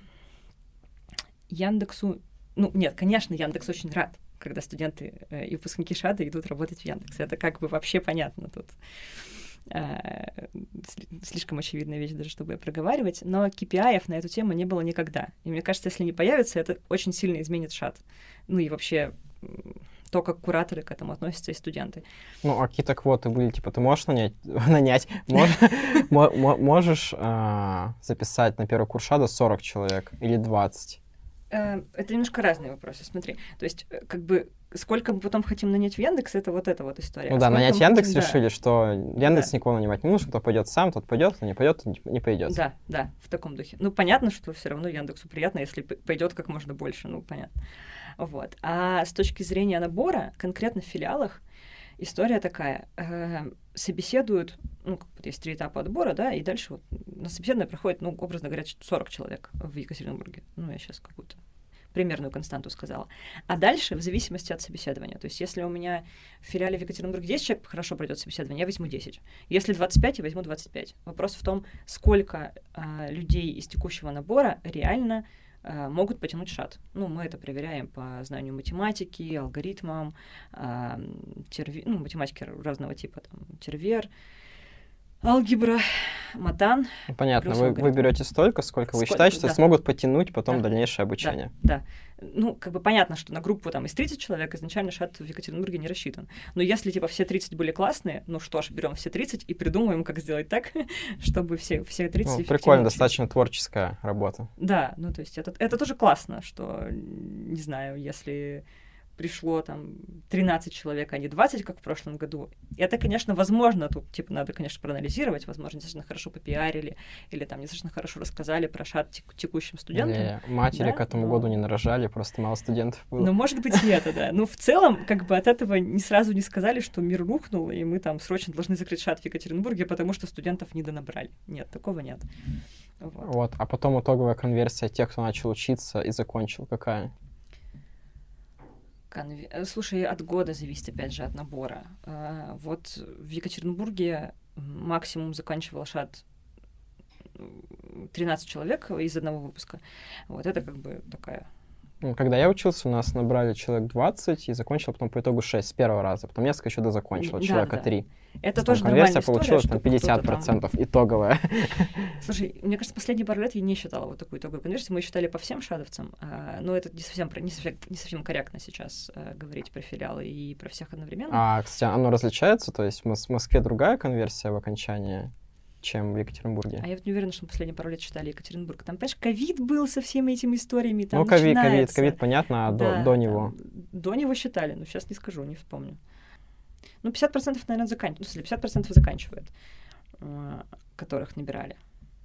Яндексу... Ну, нет, конечно, Яндекс очень рад, когда студенты э, и выпускники шада идут работать в Яндекс. Это как бы вообще понятно тут. Э, слишком очевидная вещь даже, чтобы проговаривать. Но кей пи ай-ев на эту тему не было никогда. И мне кажется, если не появится, это очень сильно изменит шад. Ну и вообще то, как кураторы к этому относятся и студенты. Ну, а какие-то квоты были, типа, ты можешь нанять, нанять можешь записать на первый курс шада сорок человек или двадцать? Это немножко разные вопросы, смотри. То есть, как бы, сколько мы потом хотим нанять в Яндекс, это вот эта вот история. Ну да, нанять Яндекс решили, что Яндекс никого нанимать не нужно, кто пойдет сам, тот пойдет, кто не пойдет, не пойдет. Да, да, в таком духе. Ну, понятно, что все равно Яндексу приятно, если пойдет как можно больше, ну, понятно. Вот. А с точки зрения набора, конкретно в филиалах, история такая. Э, собеседуют, ну, вот есть три этапа отбора, да, и дальше вот на собеседование проходит, ну, образно говоря, сорок человек в Екатеринбурге. Ну, я сейчас какую-то примерную константу сказала. А дальше, в зависимости от собеседования. То есть, если у меня в филиале в Екатеринбурге десять человек хорошо пройдет собеседование, я возьму десять. Если двадцать пять, я возьму двадцать пять. Вопрос в том, сколько э, людей из текущего набора реально э, могут потянуть шат. Ну, мы это проверяем по знанию математики, алгоритмам, э, терви... ну, математики разного типа, там, тервер, алгебра, матан. Понятно, вы, вы берете столько, сколько, сколько вы считаете, что да. смогут потянуть потом да. дальнейшее обучение. Да, да. Ну, как бы понятно, что на группу там из тридцати человек изначально шат в Екатеринбурге не рассчитан. Но если, типа, все тридцать были классные, ну что ж, берем все тридцать и придумаем, как сделать так, чтобы все, все тридцать... Ну, прикольно, достаточно творческая работа. Да, ну, то есть это, это тоже классно, что, не знаю, если... пришло там тринадцать человек, а не двадцать, как в прошлом году. Это, конечно, возможно, тут, типа, надо, конечно, проанализировать, возможно, достаточно хорошо попиарили, или там достаточно хорошо рассказали про шат тек- текущим студентам. Или матери да? к этому Но... году не нарожали, просто мало студентов было. Ну, может быть, и это, да. Но в целом, как бы от этого не сразу не сказали, что мир рухнул, и мы там срочно должны закрыть шат в Екатеринбурге, потому что студентов не донабрали. Нет, такого нет. Вот. вот. А потом итоговая конверсия тех, кто начал учиться и закончил, какая? Конве... Слушай, от года зависит, опять же, от набора. Вот в Екатеринбурге максимум заканчивал ШАД тринадцать человек из одного выпуска. Вот это как бы такая... Когда я учился, у нас набрали человек двадцать и закончил потом по итогу шесть с первого раза. Потом несколько еще дозакончило, да, человека да. три. Это там тоже конверсия нормальная получилась история, там пятьдесят процентов там... итоговая. Слушай, мне кажется, последние пару лет я не считала вот такую итоговую конверсию. Мы считали по всем шадовцам, но это не совсем, не совсем, не совсем корректно сейчас говорить про филиалы и про всех одновременно. А, кстати, оно различается? То есть в Москве другая конверсия в окончании, чем в Екатеринбурге? А я вот не уверена, что мы последние пару лет читали Екатеринбург. Там, понимаешь, ковид был со всеми этими историями. Там ну, ковид, начинается... ковид, ковид, понятно, а да, до, до него? До него считали, но сейчас не скажу, не вспомню. Ну, пятьдесят процентов, наверное, заканчивают. Ну, пятьдесят процентов заканчивают, которых набирали.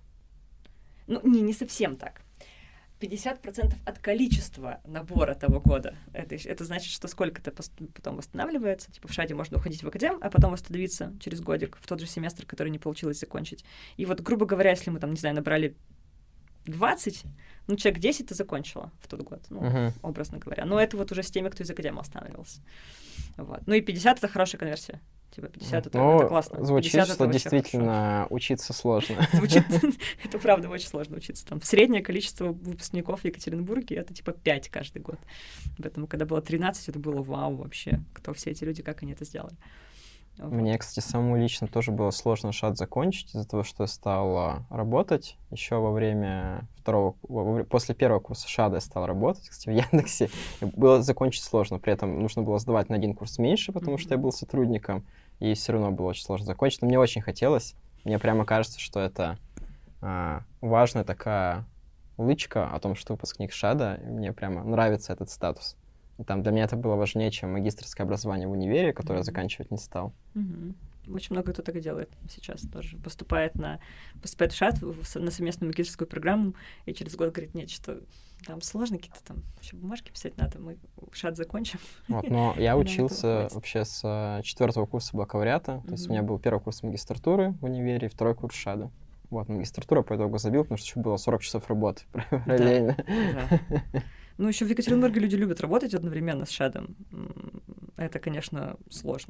Ну, не, не совсем так. пятьдесят процентов от количества набора того года. Это, это значит, что сколько-то потом восстанавливается. Типа в ШАДе можно уходить в академ, а потом восстановиться через годик в тот же семестр, который не получилось закончить. И вот, грубо говоря, если мы там, не знаю, набрали двадцать, ну, человек десять ты закончила в тот год, ну, uh-huh. образно говоря. Но это вот уже с теми, кто из академа останавливался. Вот. Ну и пятьдесят — это хорошая конверсия. Типа пятьдесят — это, ну, это классно. Звучит, что действительно хорошо. Учиться сложно. Звучит, это правда очень сложно учиться. Там среднее количество выпускников в Екатеринбурге — это типа пять каждый год. Поэтому, когда было тринадцать, это было вау вообще. Кто все эти люди, как они это сделали. Вот. Мне, кстати, самому лично тоже было сложно ШАД закончить из-за того, что я стал работать. Еще во время второго, после первого курса ШАДа я стал работать, кстати, в Яндексе. Было закончить сложно, при этом нужно было сдавать на один курс меньше, потому mm-hmm. что я был сотрудником, и все равно было очень сложно закончить. Но мне очень хотелось. Мне прямо кажется, что это а, важная такая лычка о том, что выпускник ШАДа. Мне прямо нравится этот статус. И там для меня это было важнее, чем магистерское образование в универе, которое mm-hmm. я заканчивать не стал. Mm-hmm. Очень много кто так и делает сейчас тоже. Поступает, на, поступает в ШАД на совместную магистерскую программу, и через год говорит, нет, что там сложно, какие-то там еще бумажки писать надо, мы ШАД закончим. Вот, но я учился вообще с четвертого курса бакалавриата, mm-hmm. то есть у меня был первый курс магистратуры в универе и второй курс ШАДа. Вот, магистратуру по итогу забил, потому что еще было сорок часов работы параллельно. Да, да. Ну, еще в Екатеринбурге люди любят работать одновременно с ШАДом. Это, конечно, сложно.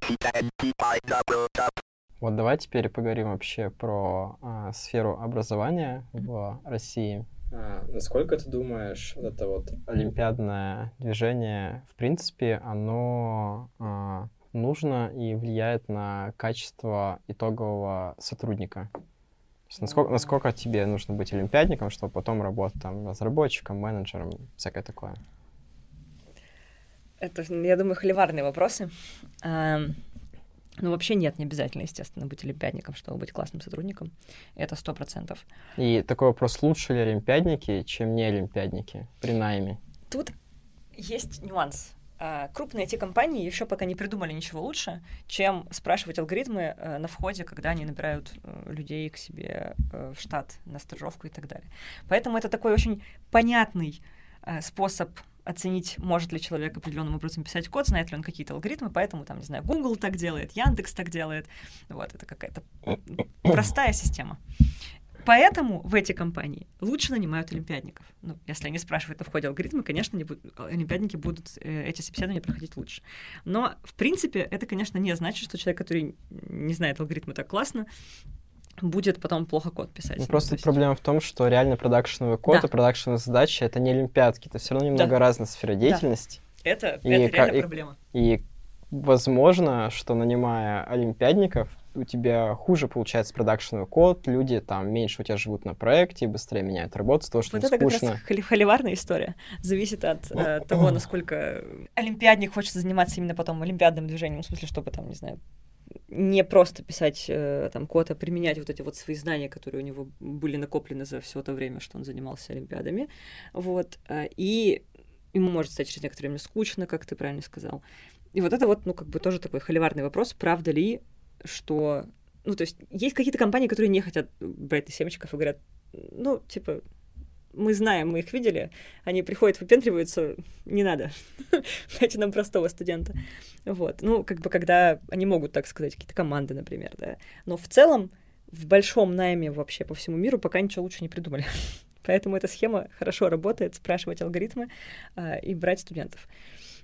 Вот давай теперь поговорим вообще про а, сферу образования в России. А, насколько ты думаешь, вот это вот олимпиадное движение, в принципе, оно а, нужно и влияет на качество итогового сотрудника? Насколько, насколько тебе нужно быть олимпиадником, чтобы потом работать там разработчиком, менеджером, всякое такое? Это, я думаю, холиварные вопросы. А, ну, вообще нет, не обязательно, естественно, быть олимпиадником, чтобы быть классным сотрудником. Это сто процентов. И такой вопрос, лучше ли олимпиадники, чем не олимпиадники при найме? Тут есть нюанс. Крупные ай ти-компании еще пока не придумали ничего лучше, чем спрашивать алгоритмы на входе, когда они набирают людей к себе в штат на стажировку и так далее. Поэтому это такой очень понятный способ оценить, может ли человек определенным образом писать код, знает ли он какие-то алгоритмы, поэтому, там, не знаю, Google так делает, Яндекс так делает. Вот, это какая-то простая система. Поэтому в эти компании лучше нанимают олимпиадников. Ну, если они спрашивают на входе алгоритмы, конечно, не будут, олимпиадники будут э, эти собеседования проходить лучше. Но, в принципе, это, конечно, не значит, что человек, который не знает алгоритмы так классно, будет потом плохо код писать. Ну, просто есть... проблема в том, что реально продакшеновый код да. и продакшеновые задачи — это не олимпиадки, это все равно немного да. разная сфера деятельности. Да. Это, и это реально и, проблема. И возможно, что, нанимая олимпиадников, у тебя хуже получается продакшеновый код, люди там меньше у тебя живут на проекте, быстрее меняют работу, то, что вот им это скучно. Как раз холиварная история. Зависит от э, того, насколько олимпиадник хочет заниматься именно потом олимпиадным движением, в смысле, чтобы там, не знаю, не просто писать э, там код, а применять вот эти вот свои знания, которые у него были накоплены за все то время, что он занимался олимпиадами. Вот. И ему может стать через некоторое время скучно, как ты правильно сказал. И вот это вот, ну, как бы тоже такой холиварный вопрос, правда ли, что... Ну, то есть есть какие-то компании, которые не хотят брать семечков и говорят, ну, типа, мы знаем, мы их видели, они приходят, выпендриваются, не надо, дайте нам простого студента. Вот. Ну, как бы, когда они могут так сказать, какие-то команды, например, да. Но в целом в большом найме вообще по всему миру пока ничего лучше не придумали. Поэтому эта схема хорошо работает, спрашивать алгоритмы э, и брать студентов.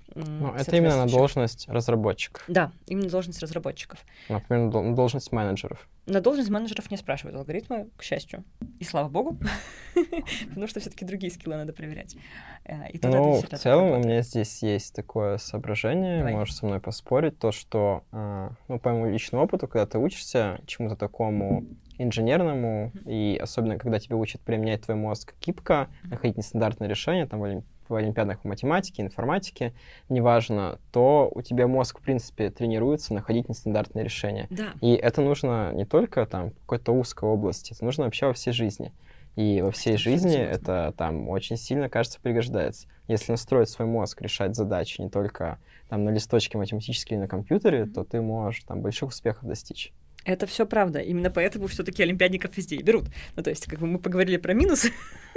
Ну, это именно на должность разработчиков. Да, именно должность разработчиков. Например, на должность менеджеров. На должность менеджеров не спрашивают алгоритмы, к счастью. И слава богу, потому что все-таки другие скиллы надо проверять. И ну, в целом у меня здесь есть такое соображение, Давай. Можешь со мной поспорить, то, что, ну, по моему личному опыту, когда ты учишься чему-то такому инженерному, mm-hmm. и особенно, когда тебя учат применять твой мозг гибко, mm-hmm. находить нестандартные решения, там, в олимпиадах по математике, информатике, неважно, то у тебя мозг, в принципе, тренируется находить нестандартные решения. Да. И это нужно не только там в какой-то узкой области, это нужно вообще во всей жизни. И во всей это жизни это там очень сильно, кажется, пригождается. Если настроить свой мозг, решать задачи не только там на листочке математически или на компьютере, mm-hmm. то ты можешь там больших успехов достичь. Это все правда. Именно поэтому все-таки олимпиадников везде и берут. Ну, то есть, как бы мы поговорили про минусы,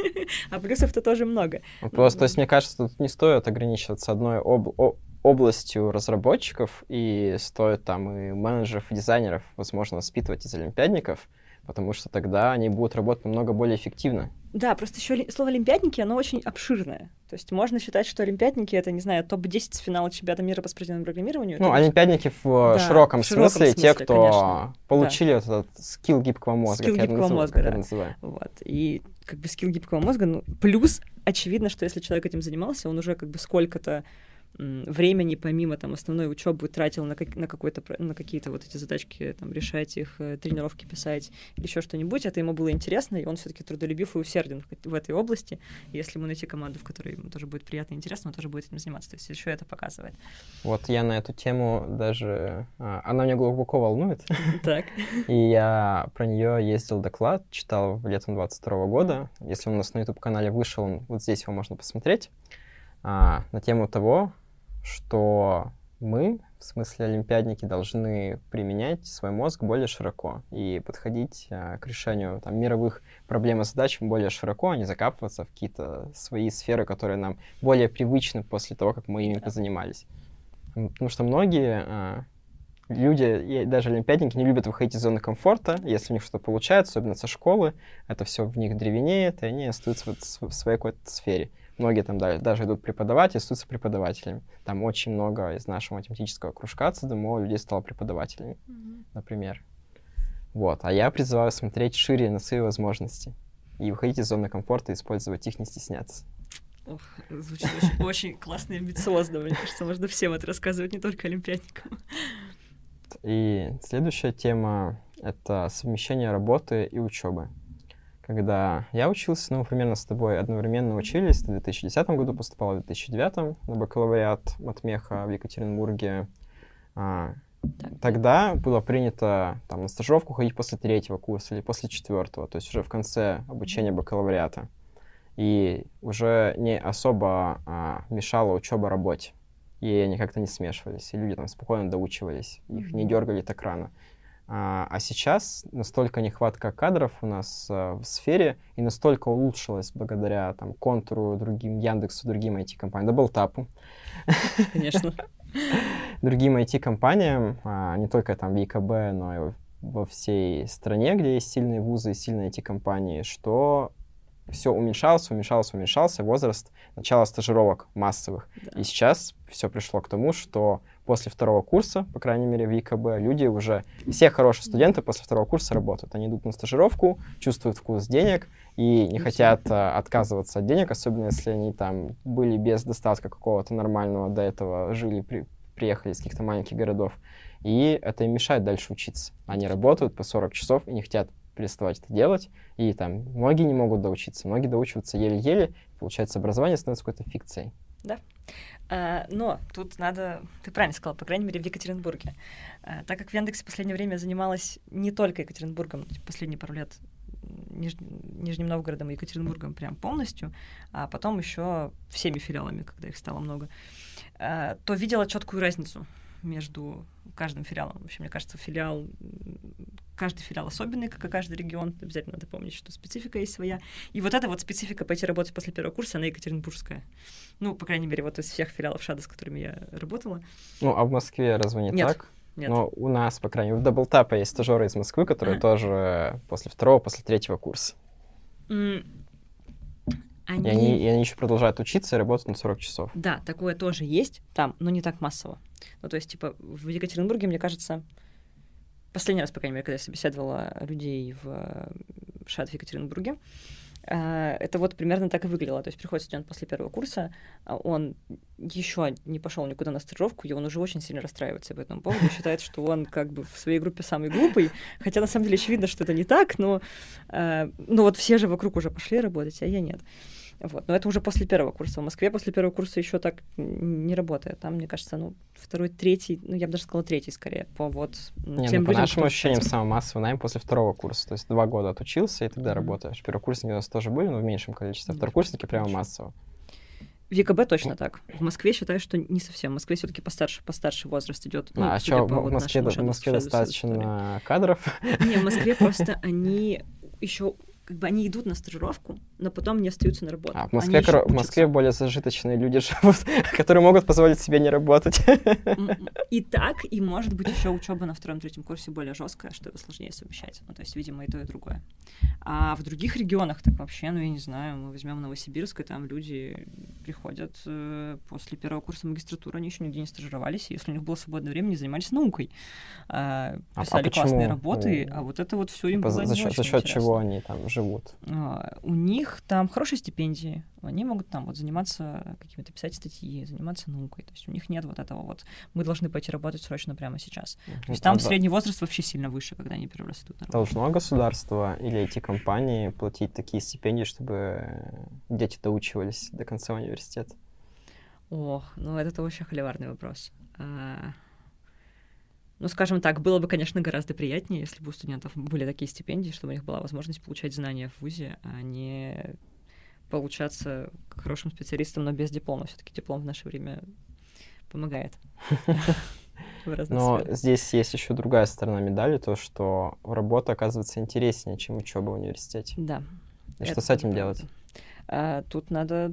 а плюсов-то тоже много. Ну, просто, то есть, мне кажется, тут не стоит ограничиваться одной об- о- областью разработчиков, и стоит там и менеджеров, и дизайнеров, возможно, воспитывать из олимпиадников, потому что тогда они будут работать намного более эффективно. Да, просто еще слово «олимпиадники», оно очень обширное. То есть можно считать, что олимпиадники — это, не знаю, топ десять с финала чемпионата мира по спортивному программированию. Ну, олимпиадники в да, широком, в широком смысле, смысле, те, кто конечно. получили да. вот этот скилл гибкого мозга. Скилл гибкого называю, мозга, да. называю. Вот. И как бы скилл гибкого мозга, ну, плюс очевидно, что если человек этим занимался, он уже как бы сколько-то времени, помимо там основной учебы, тратил на, как, на, какой-то, на какие-то вот эти задачки, там, решать их, тренировки писать или еще что-нибудь, это ему было интересно, и он все-таки трудолюбив и усерден в, в этой области. И если ему найти команду, в которой ему тоже будет приятно и интересно, он тоже будет этим заниматься. То есть еще это показывает. Вот я на эту тему даже... Она меня глубоко волнует. Так. И я про нее ездил доклад, читал летом двадцать второго года. Если он у нас на YouTube-канале вышел, вот здесь его можно посмотреть. А, на тему того, что мы, в смысле олимпиадники, должны применять свой мозг более широко и подходить а, к решению там, мировых проблем и задач более широко, а не закапываться в какие-то свои сферы, которые нам более привычны после того, как мы ими позанимались. Потому что многие а, люди, и даже олимпиадники, не любят выходить из зоны комфорта. Если у них что-то получается, особенно со школы, это все в них древенеет, и они остаются в своей какой-то сфере. Многие там да, даже идут преподавать и остаются преподавателями. Там очень много из нашего математического кружка ЦДМО людей стало преподавателями, mm-hmm. например. Вот. А я призываю смотреть шире на свои возможности и выходить из зоны комфорта, использовать их, не стесняться. Ох, звучит очень, очень классно и амбициозно. Мне кажется, можно всем это рассказывать, не только олимпиадникам. И следующая тема — это совмещение работы и учебы. Когда я учился, ну, примерно с тобой одновременно учились, ты в две тысячи десятом году поступала, в две тысячи девятом на бакалавриат матмеха в Екатеринбурге. А, тогда было принято там, на стажировку ходить после третьего курса или после четвертого, то есть уже в конце обучения бакалавриата. И уже не особо а, мешала учеба работе. И они как-то не смешивались, и люди там спокойно доучивались, их не дергали так рано. А сейчас настолько нехватка кадров у нас а, в сфере, и настолько улучшилось благодаря там, Контуру, другим Яндексу, другим ай ти-компаниям, Даблтапу. Конечно. Другим ай ти-компаниям, а, не только там в ЕКБ, но и во всей стране, где есть сильные вузы и сильные ай ти-компании, что все уменьшался, уменьшался, уменьшался возраст начала стажировок массовых. Да. И сейчас все пришло к тому, что после второго курса, по крайней мере, в ЕКБ, люди уже, все хорошие студенты после второго курса работают. Они идут на стажировку, чувствуют вкус денег и не и хотят а, отказываться от денег, особенно если они там были без достатка какого-то нормального, до этого жили, при, приехали из каких-то маленьких городов. И это им мешает дальше учиться. Они работают по сорок часов и не хотят переставать это делать, и там многие не могут доучиться, многие доучиваются еле-еле, получается, образование становится какой-то фикцией. Да. А, но тут надо, ты правильно сказала, по крайней мере, в Екатеринбурге. А, так как в Яндексе в последнее время занималась не только Екатеринбургом, последние пару лет Ниж... Нижним Новгородом и Екатеринбургом прям полностью, а потом еще всеми филиалами, когда их стало много, а, то видела четкую разницу между каждым филиалом. Вообще, мне кажется, филиал, каждый филиал особенный, как и каждый регион. Обязательно надо помнить, что специфика есть своя. И вот эта вот специфика пойти работать после первого курса, она екатеринбургская. Ну, по крайней мере, вот из всех филиалов ШАДа, с которыми я работала. Ну, а в Москве разве не Нет. так? Нет. Но у нас, по крайней мере, в Даблтапе есть стажеры из Москвы, которые а. тоже после второго, после третьего курса. Mm. Они... И, они, и они еще продолжают учиться и работать на сорок часов. Да, такое тоже есть там, но не так массово. Ну, то есть, типа, в Екатеринбурге, мне кажется, последний раз, по крайней мере, когда я собеседовала людей в ШАД в Екатеринбурге, это вот примерно так и выглядело. То есть приходит студент после первого курса, он еще не пошел никуда на стажировку, и он уже очень сильно расстраивается по этому поводу, считает, что он как бы в своей группе самый глупый, хотя на самом деле очевидно, что это не так, но, ну вот все же вокруг уже пошли работать, а я нет. Вот. Но это уже после первого курса. В Москве после первого курса еще так не работает. Там, мне кажется, ну, второй, третий, ну, я бы даже сказала, третий скорее, по вот не, тем ну, по людям, нашим ощущениям, кстати, самый массовый найм после второго курса. То есть два года отучился, и тогда mm-hmm. работаешь. Первокурсники у нас тоже были, но в меньшем количестве. А второкурсники прямо массово. В ЕКБ точно так. В Москве считаю, что не совсем. В Москве все-таки постарше, постарше возраст идет. Ну, а что, в вот Москве, в Москве достаточно кадров? Не, в Москве просто они еще... Как бы они идут на стажировку, но потом не остаются на работу. А в Москве, кор... в Москве более зажиточные люди живут, которые могут позволить себе не работать. И так, и может быть еще учеба на втором-третьем курсе более жесткая, что его сложнее совмещать. Ну, то есть, видимо, и то, и другое. А в других регионах так вообще, ну, я не знаю, мы возьмем Новосибирск, и там люди приходят после первого курса магистратуры, они еще нигде не стажировались, и если у них было свободное время, не занимались наукой. Писали а классные работы, а вот это вот все им было не очень За счет чего они там живут? живут. У них там хорошие стипендии, они могут там вот заниматься какими-то, писать статьи, заниматься наукой. То есть у них нет вот этого вот, мы должны пойти работать срочно прямо сейчас. Mm-hmm. То есть там а средний да. возраст вообще сильно выше, когда они первый раз идут на работу. Должно государство или эти компании платить такие стипендии, чтобы дети доучивались до конца университета? Ох, ну это вообще холиварный вопрос. Ну, скажем так, было бы, конечно, гораздо приятнее, если бы у студентов были такие стипендии, чтобы у них была возможность получать знания в вузе, а не получаться хорошим специалистом, но без диплома. Все-таки диплом в наше время помогает. Но здесь есть еще другая сторона медали, то, что работа оказывается интереснее, чем учеба в университете. Да. И что с этим делать? Тут надо...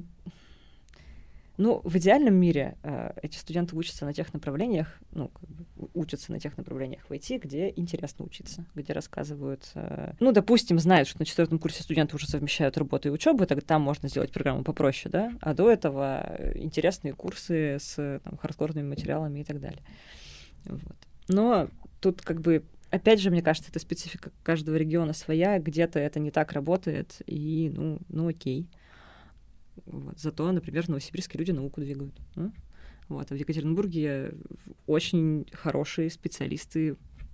Ну, в идеальном мире э, эти студенты учатся на тех направлениях, ну, как бы учатся на тех направлениях в ай ти, где интересно учиться, где рассказывают... Э, ну, допустим, знают, что на четвертом курсе студенты уже совмещают работу и учебу, тогда там можно сделать программу попроще, да, а до этого интересные курсы с там, хардкорными материалами и так далее. Вот. Но тут как бы... Опять же, мне кажется, это специфика каждого региона своя, где-то это не так работает, и, ну, ну окей. Вот. Зато, например, в Новосибирске люди науку двигают. А? Вот. А в Екатеринбурге очень хорошие специалисты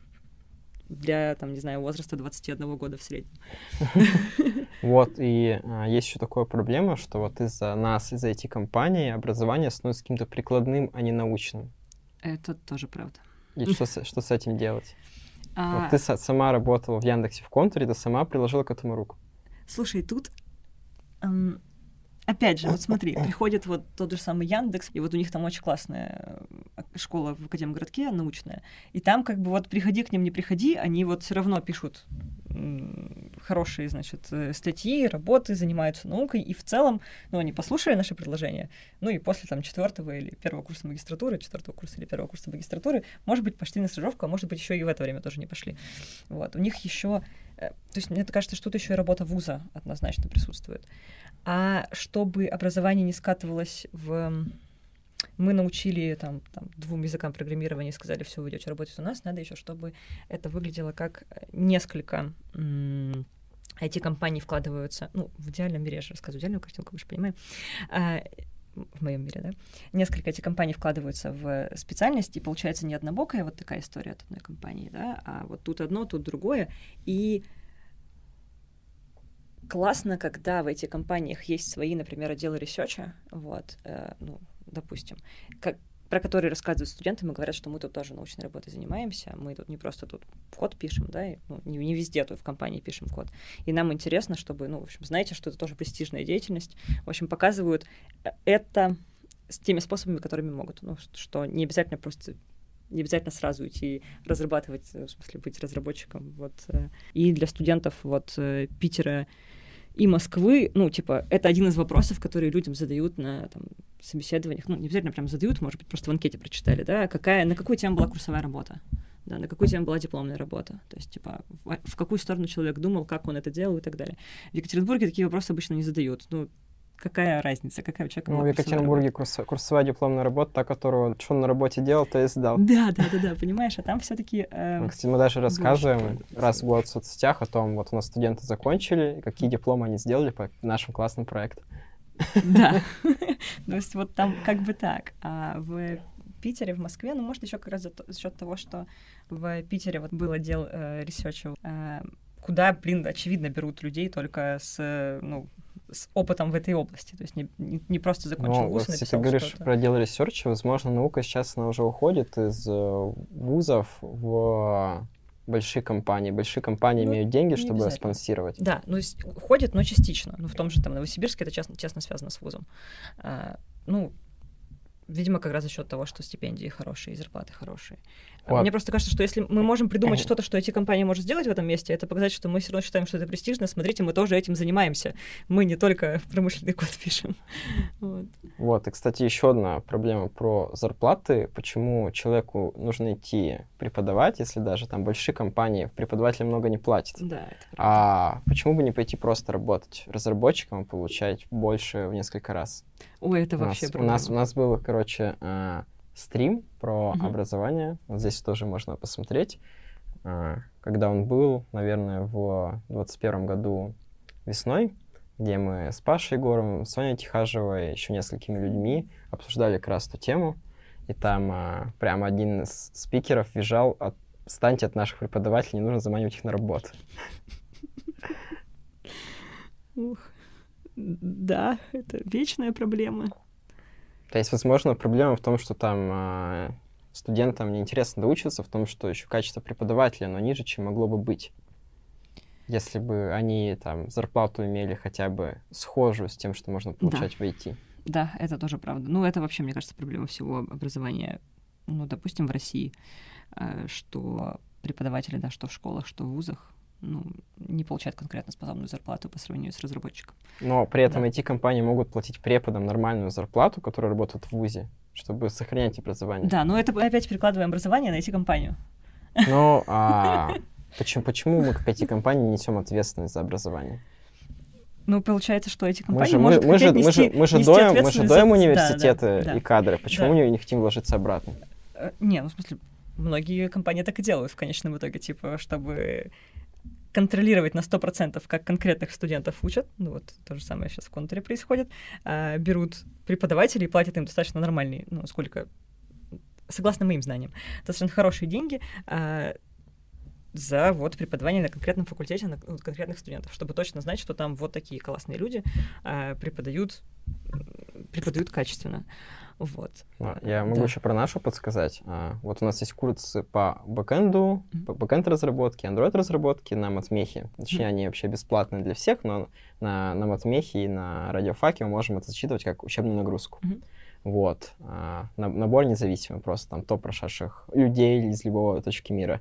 для, там, не знаю, возраста двадцати одного года в среднем. Вот, и а, есть еще такая проблема, что вот из-за нас, из-за этих компаний образование становится каким-то прикладным, а не научным. Это тоже правда. И что с, что с этим делать? А... Вот ты с, сама работала в Яндексе в контуре, ты сама приложила к этому руку. Слушай, тут... Эм... Опять же, вот смотри, приходит вот тот же самый Яндекс, и вот у них там очень классная школа в Академгородке научная, и там как бы вот приходи к ним, не приходи, они вот все равно пишут хорошие, значит, статьи, работы, занимаются наукой, и в целом, ну, они послушали наше предложение, ну, и после там четвертого или первого курса магистратуры, четвертого курса или первого курса магистратуры, может быть, пошли на стажировку, а может быть, еще и в это время тоже не пошли. Вот, у них еще, то есть мне кажется, что тут еще и работа вуза однозначно присутствует. А чтобы образование не скатывалось в... Мы научили там, там, двум языкам программирования и сказали, все, вы идете работать у нас, надо еще, чтобы это выглядело как несколько м- ай ти-компаний вкладываются, ну, в идеальном мире, я же рассказываю идеальную картинку, вы же понимаете, а, в моем мире, да, несколько ай ти-компаний вкладываются в специальность, и получается не однобокая вот такая история от одной компании, да, а вот тут одно, тут другое, и классно, когда в этих компаниях есть свои, например, отделы ресерча, вот, э, ну, допустим, как, про которые рассказывают студентам и говорят, что мы тут тоже научной работой занимаемся, мы тут не просто тут код пишем, да, и, ну, не, не везде тут в компании пишем код. И нам интересно, чтобы, ну, в общем, знаете, что это тоже престижная деятельность. В общем, показывают это с теми способами, которыми могут. Ну, что не обязательно просто не обязательно сразу идти разрабатывать, в смысле, быть разработчиком. Вот. И для студентов вот Питера и Москвы, ну, типа, это один из вопросов, которые людям задают на там, собеседованиях. Ну, не обязательно прям задают, может быть, просто в анкете прочитали, да, какая, на какую тему была курсовая работа, да, на какую тему была дипломная работа. То есть, типа, в, в какую сторону человек думал, как он это делал и так далее. В Екатеринбурге такие вопросы обычно не задают. Ну, какая разница, какая у человека Ну, в была Екатеринбурге курс, курсовая дипломная работа, та, которую что он на работе делал, то и сдал. Да, да, да, да, понимаешь, а там все-таки... Э, Кстати, мы даже рассказываем больше, раз в год в соцсетях о том, вот у нас студенты закончили, какие дипломы они сделали по нашим классным проектам. Да, то есть вот там как бы так, а в Питере, в Москве, ну, может, еще как раз за, за счет того, что в Питере вот был отдел э, ресерча, э, куда, блин, очевидно, берут людей только с, ну, с опытом в этой области, то есть не, не, не просто закончил ну, вуз и вот, если написал ты говоришь что-то. про отдел ресерча, возможно, наука сейчас она уже уходит из вузов в большие компании. Большие компании ну, имеют деньги, чтобы спонсировать. Да, ну, уходит, но частично. Ну, в том же там Новосибирске это честно, честно связано с вузом. А, ну, видимо, как раз за счет того, что стипендии хорошие и зарплаты хорошие. Вот. Мне просто кажется, что если мы можем придумать что-то, что эти компании могут сделать в этом месте, это показать, что мы все равно считаем, что это престижно. Смотрите, мы тоже этим занимаемся. Мы не только промышленный код пишем. Вот. Вот, и, кстати, еще одна проблема про зарплаты. Почему человеку нужно идти преподавать, если даже там большие компании преподавателям много не платят? Да, это правда. А почему бы не пойти просто работать разработчиком и получать больше в несколько раз? Ой, это у вообще нас, проблема. У нас, у нас был, короче, стрим про uh-huh. образование. Вот здесь тоже можно посмотреть. Когда он был, наверное, в двадцать первом году весной, где мы с Пашей Егоровым, Соней Тихажевой, еще несколькими людьми обсуждали как раз эту тему. И там а, прям один из спикеров визжал: «Отстаньте от наших преподавателей, не нужно заманивать их на работу». Ух, да, это вечная проблема. То есть, возможно, проблема в том, что там а, студентам неинтересно доучиться, в том, что еще качество преподавателя, оно ниже, чем могло бы быть. Если бы они там зарплату имели хотя бы схожую с тем, что можно получать да. в ай ти. Да, это тоже правда. Ну, это вообще, мне кажется, проблема всего образования, ну, допустим, в России, что преподаватели, да, что в школах, что в вузах, ну, не получают конкретно способную зарплату по сравнению с разработчиком. Но при этом да. ай ти-компании могут платить преподам нормальную зарплату, которые работают в вузе, чтобы сохранять образование. Да, но это мы опять перекладываем образование на ай ти-компанию. Ну, а почему, почему мы, как ай ти-компания, несем ответственность за образование? Ну, получается, что эти компании мы же, может мы, хотеть мы нести, же, мы же нести доем, мы же доем университеты да, да, да. и кадры. Почему да. мы не хотим вложиться обратно? Не, ну, в смысле, многие компании так и делают в конечном итоге, типа, чтобы контролировать на сто процентов, как конкретных студентов учат, ну вот то же самое сейчас в Контуре происходит, а, берут преподавателей и платят им достаточно нормальные, ну, сколько, согласно моим знаниям, достаточно хорошие деньги а, за вот преподавание на конкретном факультете, на ну, конкретных студентов, чтобы точно знать, что там вот такие классные люди а, преподают, преподают качественно. Вот. А, я могу да. еще про нашу подсказать. А, вот у нас есть курсы по бэкэнду, mm-hmm. по бэкэнд-разработке, Android-разработке на Матмехе. Точнее, mm-hmm. они вообще бесплатные для всех, но на, на Матмехе и на Радиофаке мы можем это зачитывать как учебную нагрузку. Mm-hmm. Вот. А, набор независимый, просто там топ прошедших людей из любого точки мира.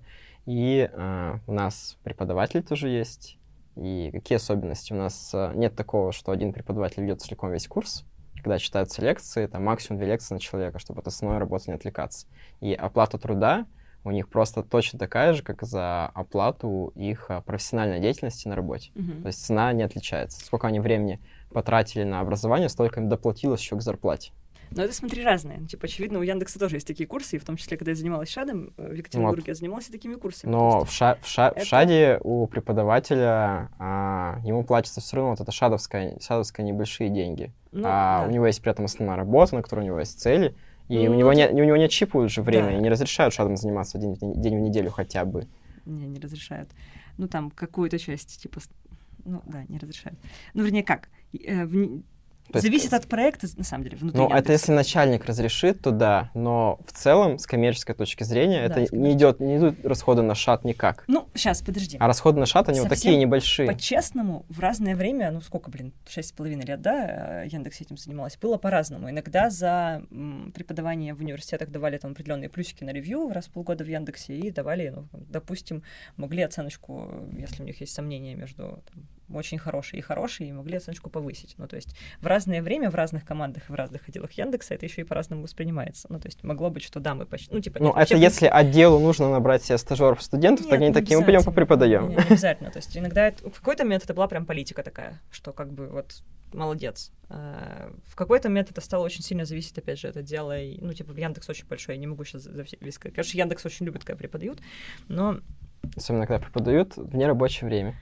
И а, у нас преподаватели тоже есть. И какие особенности? У нас а, нет такого, что один преподаватель ведет целиком весь курс. Когда читаются лекции, там максимум две лекции на человека, чтобы от основной работы не отвлекаться. И оплата труда у них просто точно такая же, как за оплату их профессиональной деятельности на работе. Uh-huh. То есть цена не отличается. Сколько они времени потратили на образование, столько им доплатилось еще к зарплате. Но это, смотри, разное. Типа, очевидно, у Яндекса тоже есть такие курсы, и в том числе, когда я занималась ШАДом, в Екатеринбурге вот. я занималась и такими курсами. Но в, ша- в, ша- это... в ШАДе у преподавателя а, ему платится все равно вот это шадовское, шадовское небольшие деньги. Ну, а да. у него есть при этом основная работа, на которой у него есть цели, и ну, у, него это... не, у него не отщипывают же время, да. и не разрешают шадом заниматься один день в неделю хотя бы. Не, не разрешают. Ну, там какую-то часть, типа, ну, да, не разрешают. Ну, вернее, как? В... Зависит от проекта, на самом деле, внутри Ну, Яндекса. это если начальник разрешит, то да, но в целом, с коммерческой точки зрения, да, это не, идет, не идут расходы на шат никак. Ну, сейчас, подожди. А расходы на шат, они Совсем вот такие небольшие. По-честному, в разное время, ну, сколько, блин, шесть с половиной лет, да, Яндекс этим занималась, было по-разному. Иногда за м, преподавание в университетах давали там определенные плюсики на ревью раз в полгода в Яндексе и давали, ну, допустим, могли оценочку, если у них есть сомнения между там, очень хорошие и хорошие, и могли оценочку повысить. Ну, то есть в разное время, в разных командах и в разных отделах Яндекса это еще и по-разному воспринимается. Ну, то есть могло быть, что да, мы почти... Ну, типа, ну нет, это если отделу нужно набрать себе стажеров, студентов, так они такие, мы пойдем попреподаем. Не, не обязательно. То есть иногда это, в какой-то момент это была прям политика такая, что как бы вот молодец. В какой-то момент это стало очень сильно зависеть, опять же, от отдела. И, ну, типа, Яндекс очень большой, я не могу сейчас за все весь сказать. Конечно, Яндекс очень любит, когда преподают, но... Особенно, когда преподают в нерабочее время.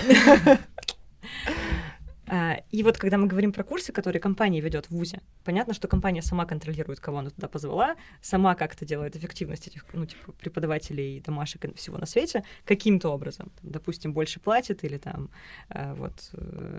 И вот когда мы говорим про курсы, которые компания ведет в вузе, понятно, что компания сама контролирует, кого она туда позвала, сама как-то делает эффективность этих, ну, типа, преподавателей, домашек и всего на свете каким-то образом. Там, допустим, больше платит или там вот...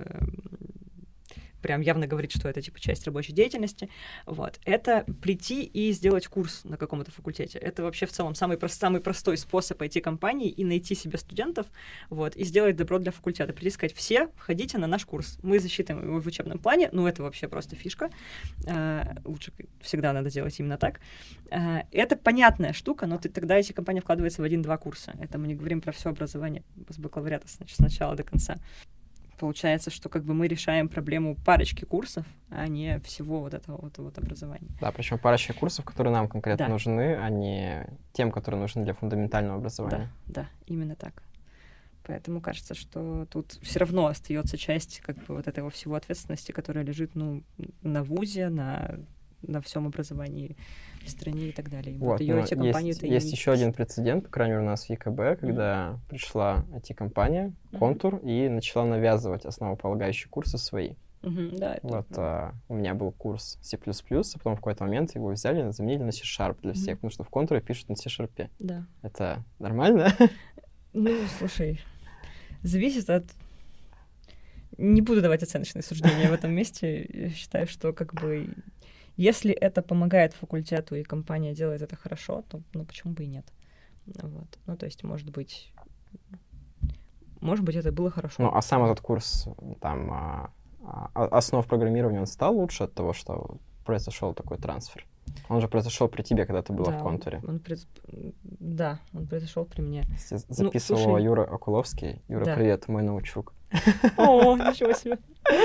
прям явно говорит, что это, типа, часть рабочей деятельности, вот, это прийти и сделать курс на каком-то факультете. Это вообще в целом самый, прост, самый простой способ пойти к компании и найти себе студентов, вот, и сделать добро для факультета. Прийти и сказать: все, входите на наш курс. Мы засчитываем его в учебном плане, ну, это вообще просто фишка. А, лучше всегда надо делать именно так. А, это понятная штука, но ты, тогда эти компании вкладываются в один-два курса. Это мы не говорим про все образование с бакалавриата, значит, с начала до конца. Получается, что как бы мы решаем проблему парочки курсов, а не всего вот этого вот, вот образования. Да, причем парочки курсов, которые нам конкретно да. нужны, а не тем, которые нужны для фундаментального образования. Да, да, именно так. Поэтому кажется, что тут все равно остается часть как бы вот этого всего ответственности, которая лежит, ну, на вузе, на, на всем образовании в стране и так далее. И вот, вот ее эти компании есть, есть еще один прецедент, по крайней мере, у нас в ЕКБ, когда mm-hmm. пришла ай ти-компания, Контур, mm-hmm. и начала навязывать основополагающие курсы свои. Mm-hmm, да, это, вот да. а, у меня был курс C++, а потом в какой-то момент его взяли и заменили на C-Sharp для всех, mm-hmm. потому что в Контуре пишут на C-Sharp. Да. Это нормально? Ну, слушай, зависит от... Не буду давать оценочные суждения в этом месте. Я считаю, что как бы... Если это помогает факультету, и компания делает это хорошо, то, ну, почему бы и нет? Вот. Ну, то есть, может быть... Может быть, это было хорошо. Ну, а сам этот курс, там, а, а, основ программирования, он стал лучше от того, что произошел такой трансфер? Он же произошел при тебе, когда ты была да, в Контуре. Он, он пред... Да, он произошел при мне. Записывал ну, слушай... Юра Окуловский. Юра, да. Привет, мой научук. О, ничего себе.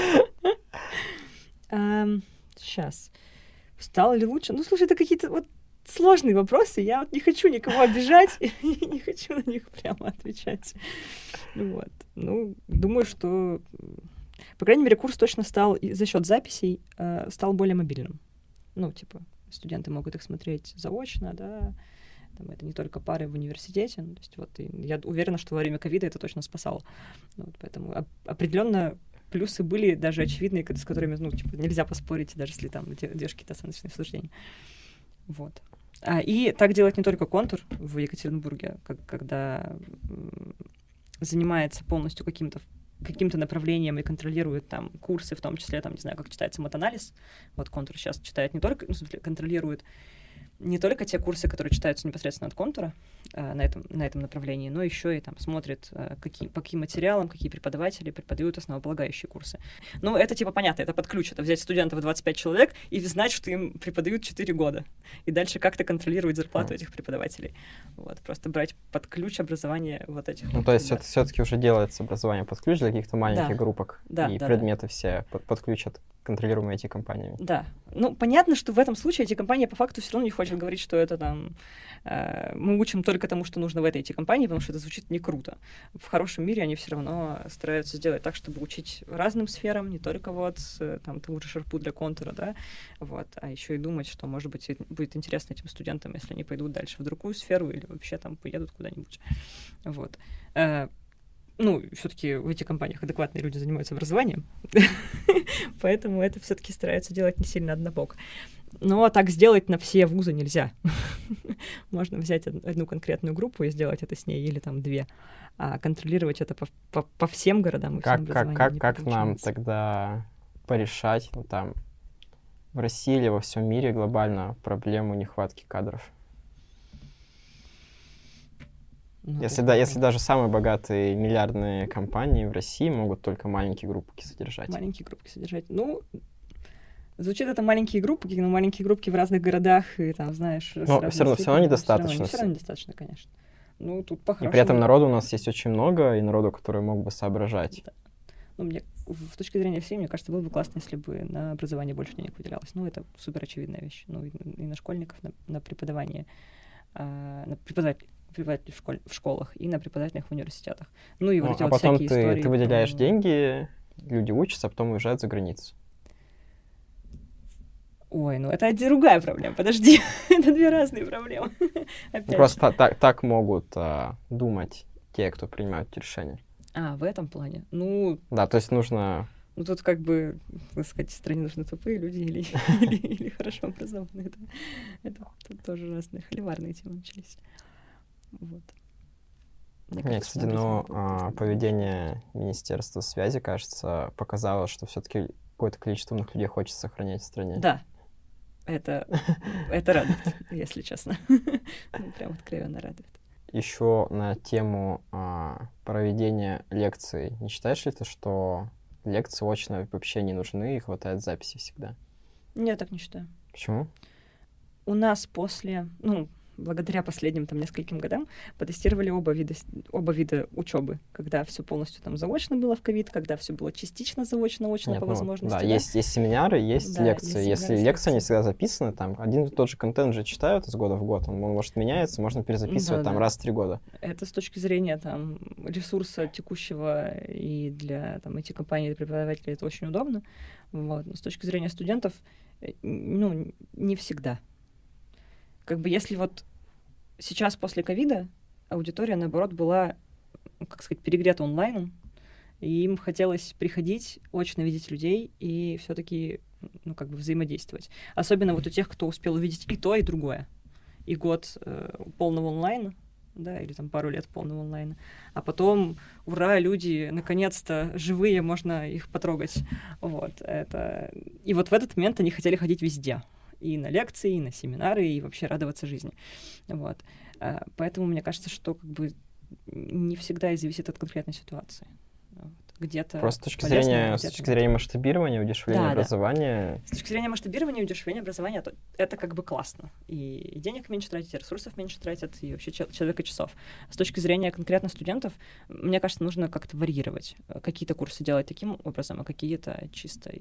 Сейчас. Стало ли лучше? Ну, слушай, это какие-то вот сложные вопросы. Я вот не хочу никого обижать, и не хочу на них прямо отвечать. Вот. Ну, думаю, что, по крайней мере, курс точно стал за счет записей стал более мобильным. Ну, типа, студенты могут их смотреть заочно, да. Там, это не только пары в университете. Ну, то есть, вот, и я уверена, что во время ковида это точно спасало. Вот, поэтому определенно плюсы были даже очевидные, с которыми, ну, типа, нельзя поспорить, даже если там делаешь какие-то оценочные суждения. Вот. А, и так делать не только Контур в Екатеринбурге, как, когда м, занимается полностью каким-то каким-то направлением и контролирует там курсы, в том числе, там, не знаю, как читается матанализ. Вот Контур сейчас читает не только, ну, в смысле, контролирует не только те курсы, которые читаются непосредственно от Контура э, на, этом, на этом направлении, но еще и там смотрит, э, какие, по каким материалам, какие преподаватели преподают основополагающие курсы. Ну, это типа понятно, это под ключ, это взять студентов двадцать пять человек и знать, что им преподают четыре года, и дальше как-то контролировать зарплату этих преподавателей. Вот, просто брать под ключ образование вот этих. Ну, вот то есть ребят. Это все-таки уже делается образование под ключ для каких-то маленьких да. группок, да, и да, предметы да. все под, под ключ от контролируемые эти компаниями. Да. Ну, понятно, что в этом случае эти компании по факту все равно не хотят говорить, что это там э, мы учим только тому, что нужно в этой эти компании, потому что это звучит не круто. В хорошем мире они все равно стараются сделать так, чтобы учить разным сферам, не только вот там тому же шарпу для Контура, да, вот, а еще и думать, что, может быть, будет интересно этим студентам, если они пойдут дальше в другую сферу или вообще там поедут куда-нибудь. Вот. Э, Ну, все-таки в этих компаниях адекватные люди занимаются образованием, поэтому это все-таки стараются делать не сильно однобоко. Но так сделать на все вузы нельзя. Можно взять одну конкретную группу и сделать это с ней, или там две, а контролировать это по, по, по всем городам и как, всем как, как, не как нам тогда порешать, ну, там, в России или во всем мире глобально проблему нехватки кадров? Ну, если, да, если даже самые богатые миллиардные компании в России могут только маленькие группки содержать. Маленькие группки содержать. Ну, звучит это маленькие группки, но маленькие группки в разных городах, и там, знаешь... Но все равно, все равно недостаточно. Все равно недостаточно, конечно. Ну, тут по-хорошему... И при этом народу у нас есть очень много, и народу, который мог бы соображать. Да. Ну, мне, в точке зрения всей, мне кажется, было бы классно, если бы на образование больше денег выделялось. Ну, это супер очевидная вещь. Ну, и, и на школьников, на, на преподавание, а, на преподавателей. преподавателей в, школе, в школах и на преподавательных в университетах. Ну и вот ну, эти а вот потом всякие ты, истории. ты выделяешь про... деньги, люди учатся, а потом уезжают за границу. Ой, ну это другая проблема, подожди, это две разные проблемы. Просто так, так могут а, думать те, кто принимают эти решения. А, в этом плане? Ну... Да, то есть нужно... Ну, тут как бы, так сказать, в стране нужны тупые люди или, или, или хорошо образованные. Это, это тут тоже разные холиварные темы начались. Вот. Мне, Мне кстати, но а, поведение Министерства связи, кажется, показало, что все-таки какое-то количество умных людей хочется сохранять в стране. Да. Это, это радует, если честно. Прям откровенно радует. Еще на тему а, проведения лекций. Не считаешь ли ты, что лекции очно вообще не нужны и хватает записи всегда? Я так не считаю. Почему? У нас после, ну, благодаря последним там нескольким годам потестировали оба вида, оба вида учебы, когда все полностью там заочно было в ковид, когда все было частично заочно, очно Нет, по ну, возможности. Да, да? Есть, есть семинары, есть да, лекции. есть Если семинары, лекция не лекции. всегда записана, там один и тот же контент же читают из года в год, он, он может меняется, можно перезаписывать да, там да. раз в три года. Это с точки зрения там ресурса текущего и для там ай ти-компаний, для преподавателей это очень удобно. Вот. Но с точки зрения студентов, ну, не всегда. Как бы если вот сейчас после ковида аудитория, наоборот, была, как сказать, перегрета онлайном, и им хотелось приходить, очно видеть людей и все-таки, ну, как бы взаимодействовать. Особенно вот у тех, кто успел увидеть и то, и другое. И год э, полного онлайна, да, или там пару лет полного онлайна. А потом, ура, люди, наконец-то, живые, можно их потрогать. Вот, это... И вот в этот момент они хотели ходить везде. И на лекции, и на семинары, и вообще радоваться жизни. Вот. Поэтому мне кажется, что как бы не всегда и зависит от конкретной ситуации. Вот. Где-то Просто с точки, полезно, зрения, где-то с точки зрения масштабирования, удешевления да, образования... Да. С точки зрения масштабирования и удешевления образования то это как бы классно. И, и денег меньше тратить, и ресурсов меньше тратят, и вообще человека часов. С точки зрения конкретно студентов, мне кажется, нужно как-то варьировать. Какие-то курсы делать таким образом, а какие-то чисто...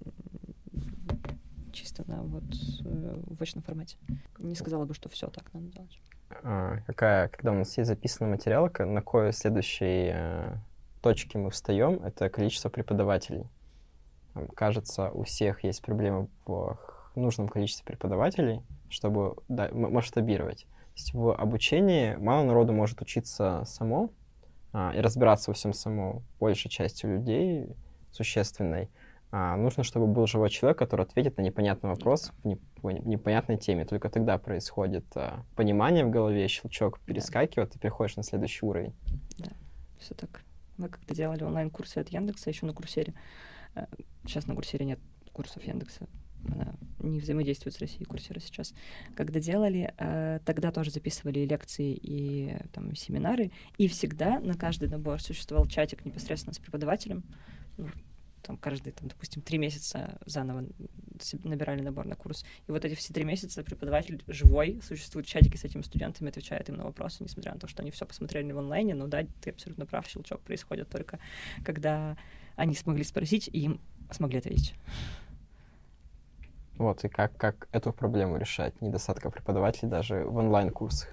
чисто на вот в очном формате. Не сказала бы, что все так надо делать. А, какая, когда у нас есть записанный материал, на какой следующей а, точке мы встаем, это количество преподавателей. Кажется, у всех есть проблемы в нужном количестве преподавателей, чтобы да, масштабировать. То есть в обучении мало народу может учиться само а, и разбираться во всем само. Большей частью людей существенной. А, нужно, чтобы был живой человек, который ответит на непонятный вопрос в, не, в непонятной теме. Только тогда происходит а, понимание в голове, щелчок перескакивает, да. И переходишь на следующий уровень. Да, все так. Мы как-то делали онлайн-курсы от Яндекса еще на Курсере. Сейчас на Курсере нет курсов Яндекса. Она не взаимодействует с Россией, Курсера сейчас. Когда делали, тогда тоже записывали лекции и там, семинары. И всегда на каждый набор существовал чатик непосредственно с преподавателем. Там каждые, там, допустим, три месяца заново набирали набор на курс. И вот эти все три месяца преподаватель живой, существует чатики с этими студентами, отвечает им на вопросы, несмотря на то, что они все посмотрели в онлайне. Но да, ты абсолютно прав, щелчок происходит только когда они смогли спросить, и им смогли ответить. Вот, и как, как эту проблему решать? Недостатка преподавателей даже в онлайн-курсах.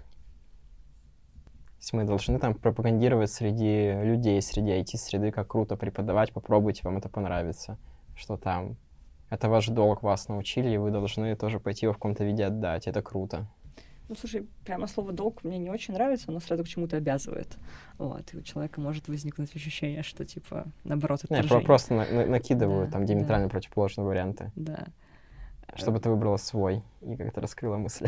Мы должны там пропагандировать среди людей, среди ай ти-среды, как круто преподавать, попробуйте, вам это понравится. Что там, это ваш долг, вас научили, и вы должны тоже пойти его в каком-то виде отдать, это круто. Ну, слушай, прямо слово «долг» мне не очень нравится, оно сразу к чему-то обязывает. Вот, и у человека может возникнуть ощущение, что, типа, наоборот, отторжение. Не, просто на- на- накидывают да, там диаметрально да. противоположные варианты. Да. Чтобы ты выбрала свой и как-то раскрыла мысли.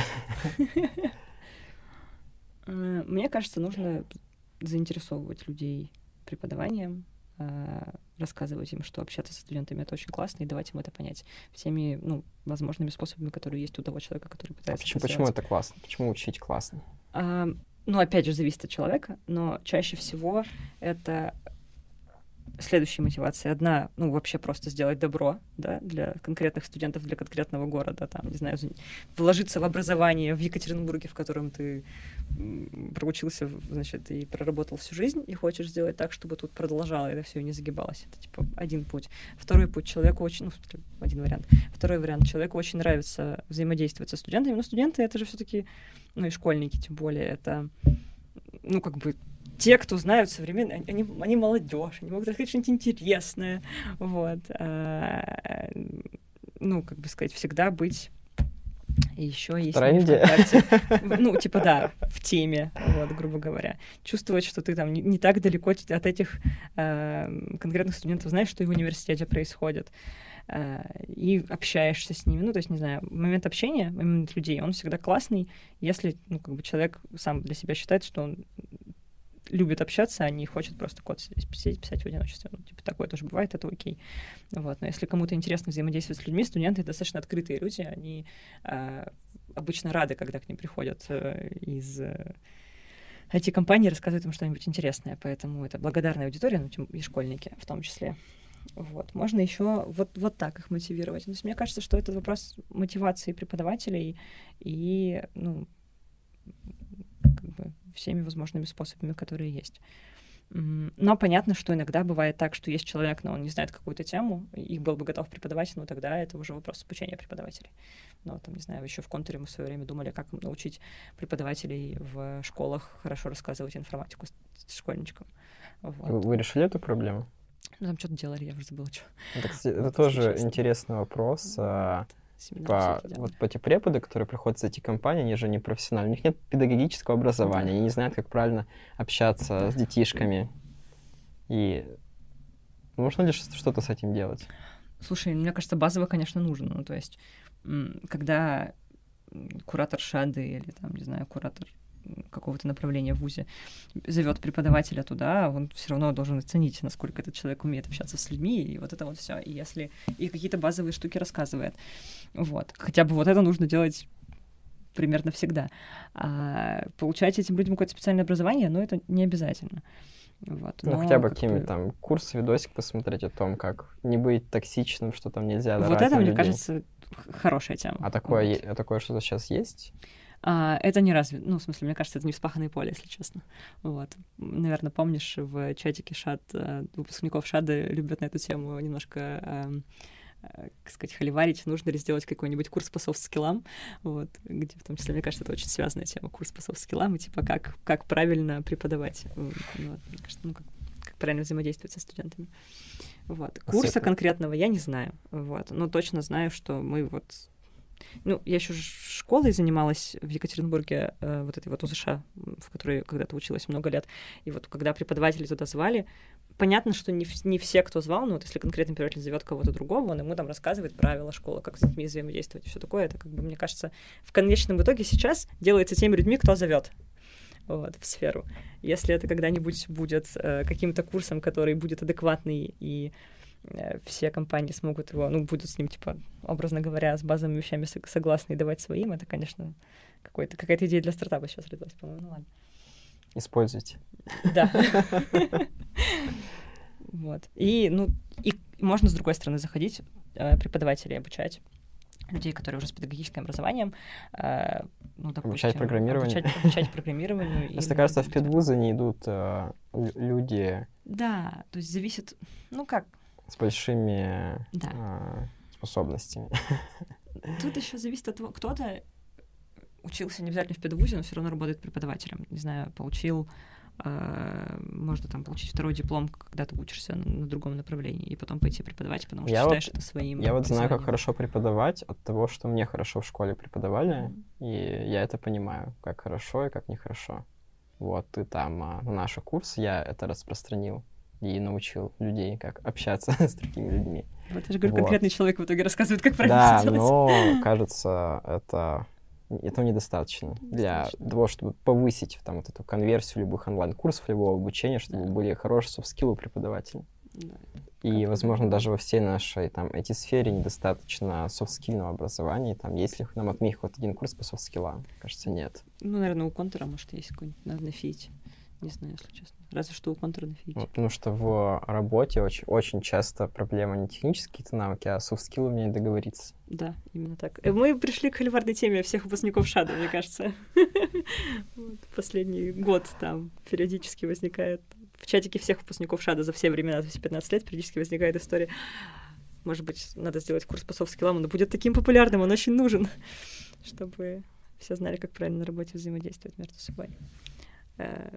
Мне кажется, нужно заинтересовывать людей преподаванием, рассказывать им, что общаться с студентами — это очень классно, и давать им это понять всеми, ну, возможными способами, которые есть у того человека, который пытается а почему, это почему сделать. это классно? Почему учить классно? А, ну, опять же, зависит от человека, но чаще всего это следующая мотивация. Одна, ну, вообще просто сделать добро, да, для конкретных студентов, для конкретного города, там, не знаю, вложиться в образование в Екатеринбурге, в котором ты проучился, значит, и проработал всю жизнь, и хочешь сделать так, чтобы тут продолжало это все и не загибалось. Это, типа, один путь. Второй путь. Человеку очень, ну, один вариант. Второй вариант. Человеку очень нравится взаимодействовать со студентами, но студенты — это же все-таки, ну, и школьники, тем более, это, ну, как бы те, кто знают современные, они, они молодежь, они могут рассказать что-нибудь интересное, вот. А, ну, как бы сказать, всегда быть еще и в тренде. Ну, типа, да, в теме, вот, грубо говоря. Чувствовать, что ты там не, не так далеко от этих э, конкретных студентов, знаешь, что и в университете происходит, э, и общаешься с ними. Ну, то есть, не знаю, момент общения, момент людей, он всегда классный, если, ну, как бы человек сам для себя считает, что он любит общаться, а не хочет просто код сидеть, писать в одиночестве. Ну, типа, такое тоже бывает, это окей. Вот. Но если кому-то интересно взаимодействовать с людьми, студенты достаточно открытые люди, они э, обычно рады, когда к ним приходят э, из э, ай ти-компании, рассказывают им что-нибудь интересное, поэтому это благодарная аудитория, ну, и школьники в том числе. Вот. Можно еще вот, вот так их мотивировать. То есть мне кажется, что это вопрос мотивации преподавателей и, ну, как бы всеми возможными способами, которые есть. Но понятно, что иногда бывает так, что есть человек, но он не знает какую-то тему, и был бы готов преподавать, но тогда это уже вопрос обучения преподавателей. Но там, не знаю, еще в контуре мы в свое время думали, как научить преподавателей в школах хорошо рассказывать информатику школьничкам. Вот. Вы решили эту проблему? Ну, там что-то делали, я уже забыла, что. Это, кстати, это тоже интересный вопрос. Вот. По, вот по те преподы, которые приходят с эти компании, они же не профессиональные, у них нет педагогического образования, они не знают, как правильно общаться с детишками. И нужно ли что-то с этим делать? Слушай, мне кажется, базово, конечно, нужно. Ну, то есть, когда куратор ШАДы или, там, не знаю, куратор какого-то направления в вузе зовет преподавателя туда, он все равно должен оценить, насколько этот человек умеет общаться с людьми, и вот это вот все. И если и какие-то базовые штуки рассказывает. Вот. Хотя бы вот это нужно делать примерно всегда. А получать этим людям какое-то специальное образование, но это не обязательно. Вот. Ну, но хотя бы как какие-нибудь бы... там курсы, видосик посмотреть о том, как не быть токсичным, что там нельзя Вот это, мне кажется, хорошая тема. А такое, вот. е- а такое что-то сейчас есть? А, это не развито. Ну, в смысле, мне кажется, это не вспаханное поле, если честно. Вот. Наверное, помнишь, в чатике ШАД, выпускников ШАДа любят на эту тему немножко, э, э, как сказать, холиварить. Нужно ли сделать какой-нибудь курс по софт-скиллам? Вот. Где, в том числе, мне кажется, это очень связанная тема. Курс по софт-скиллам и, типа, как, как правильно преподавать. Вот. Мне кажется, ну, как, как правильно взаимодействовать со студентами. Вот. Курса конкретного я не знаю. Вот. Но точно знаю, что мы вот... Ну, я еще школой занималась в Екатеринбурге, э, вот этой вот УЗШ, в которой когда-то училась много лет. И вот когда преподаватели туда звали, понятно, что не, не все, кто звал, но вот если конкретный преподаватель зовет кого-то другого, он ему там рассказывает правила школы, как с детьми взаимодействовать и все такое. Это, как бы, мне кажется, в конечном итоге сейчас делается теми людьми, кто зовет. Вот, в сферу. Если это когда-нибудь будет э, каким-то курсом, который будет адекватный и все компании смогут его, ну, будут с ним, типа, образно говоря, с базовыми вещами согласны и давать своим, это, конечно, какой-то, какая-то идея для стартапа сейчас родилась, по-моему, ну ладно. Используйте. Да. Вот. И, ну, и можно, с другой стороны, заходить, преподавателей обучать, людей, которые уже с педагогическим образованием, ну, допустим... Обучать программированию. Обучать, обучать программированию. Мне кажется, в педвузы не идут люди... Да, то есть зависит, ну, как... С большими да. а, способностями. Тут еще зависит от того, кто-то учился не обязательно в педвузе, но все равно работает преподавателем. Не знаю, получил, э, можно там получить второй диплом, когда ты учишься на, на другом направлении, и потом пойти преподавать, потому что я считаешь вот, это своим. Я вот знаю, как хорошо преподавать от того, что мне хорошо в школе преподавали, mm-hmm. и я это понимаю, как хорошо и как нехорошо. Вот, и там на наши курсы я это распространил. И научил людей, как общаться с другими людьми. Вот я же говорю, вот. Конкретный человек в итоге рассказывает, как правильно да, делать. Да, но, кажется, это, этого недостаточно, недостаточно для того, чтобы повысить там, вот эту конверсию любых онлайн-курсов, любого обучения, чтобы да. были хорошие софт-скиллы у преподавателей. Да. И, как возможно, даже во всей нашей там, ай ти-сфере недостаточно софт-скилльного образования. Там, есть ли нам отметить хоть один курс по софт-скиллам? Кажется, нет. Ну, наверное, у Контура, может, есть какой-нибудь, надо нафить. Не знаю, если честно. Разве что у Контура нафить. Вот, потому что в работе очень, очень часто проблема не технические какие-то навыки, а софт-скиллы умеют договориться. Да, именно так. Мы пришли к холиварной теме всех выпускников ШАДа, мне кажется. Последний год там периодически возникает... В чатике всех выпускников ШАДа за все времена, за все пятнадцать лет периодически возникает история. Может быть, надо сделать курс по софт-скиллам, он будет таким популярным, он очень нужен, чтобы все знали, как правильно на работе взаимодействовать между собой.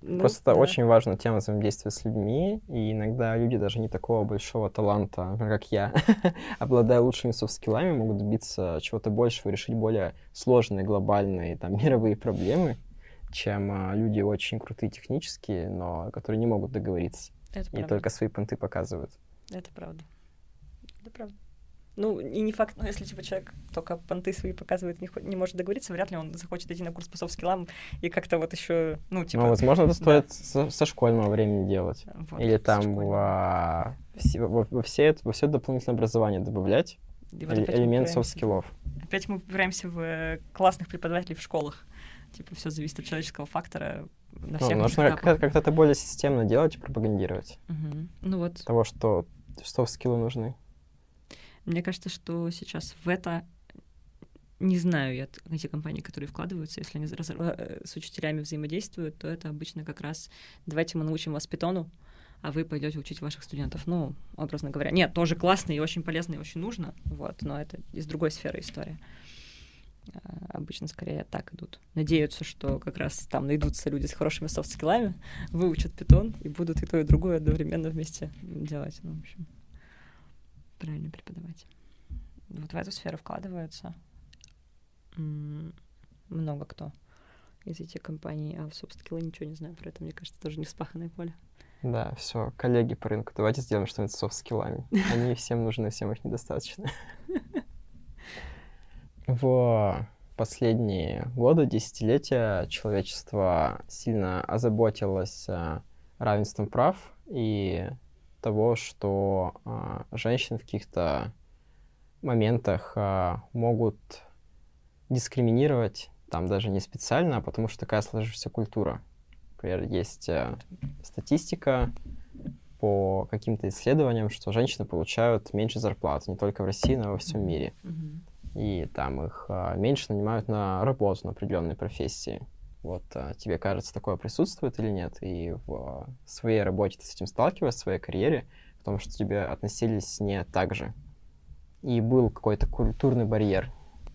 Ну, Просто да. это очень важная тема взаимодействия с людьми, и иногда люди даже не такого большого таланта, например, как я, обладая лучшими софт-скиллами, могут добиться чего-то большего, решить более сложные, глобальные, там, мировые проблемы, чем а, люди очень крутые технически, но которые не могут договориться. Это И правда. только свои понты показывают. Это правда. Это правда. Ну, и не факт, но если, типа, человек только понты свои показывает, не, хо- не может договориться, вряд ли он захочет идти на курс по софт-скиллам и как-то вот еще, ну, типа... Ну, возможно, это да. стоит со, со школьного времени делать. Вот, Или со там школьного. во, все, во, во все, это- во все дополнительное образование добавлять И вот эле- опять мы элемент упираемся- софт-скиллов. Опять мы упираемся в э, классных преподавателей в школах. Типа, все зависит от человеческого фактора на Ну, всех этих нужно как- этапах. как-то это более системно делать и пропагандировать. Мгм. Ну вот, Того, что софт-скиллы нужны. мне кажется, что сейчас в это не знаю я т- эти компании, которые вкладываются, если они раз- э, с учителями взаимодействуют, то это обычно как раз давайте мы научим вас питону, а вы пойдете учить ваших студентов. Ну, образно говоря. Нет, тоже классно и очень полезно и очень нужно, вот, но это из другой сферы история. А, Обычно скорее так идут. Надеются, что как раз там найдутся люди с хорошими софт-скиллами, выучат питон и будут и то, и другое одновременно вместе делать. Ну, в общем, правильно преподавать. Вот в эту сферу вкладывается м, много кто из этих компаний, а в софт-скиллы ничего не знаю про это. Мне кажется, тоже не вспаханное поле. Да, все, коллеги по рынку, давайте сделаем что-нибудь с софт-скиллами. Они всем нужны, всем их недостаточно. В последние годы, десятилетия человечество сильно озаботилось а, равенством прав и того, что а, женщины в каких-то моментах а, могут дискриминировать, там даже не специально, а потому что такая сложившаяся культура. Например, есть а, статистика по каким-то исследованиям, что женщины получают меньше зарплат, не только в России, но и во всем мире. Мгм. И там их а, меньше нанимают на работу, на определенной профессии. Вот а, тебе кажется, такое присутствует или нет? И в а, своей работе ты с этим сталкиваешься, в своей карьере, в том, что тебе относились не так же. И был какой-то культурный барьер.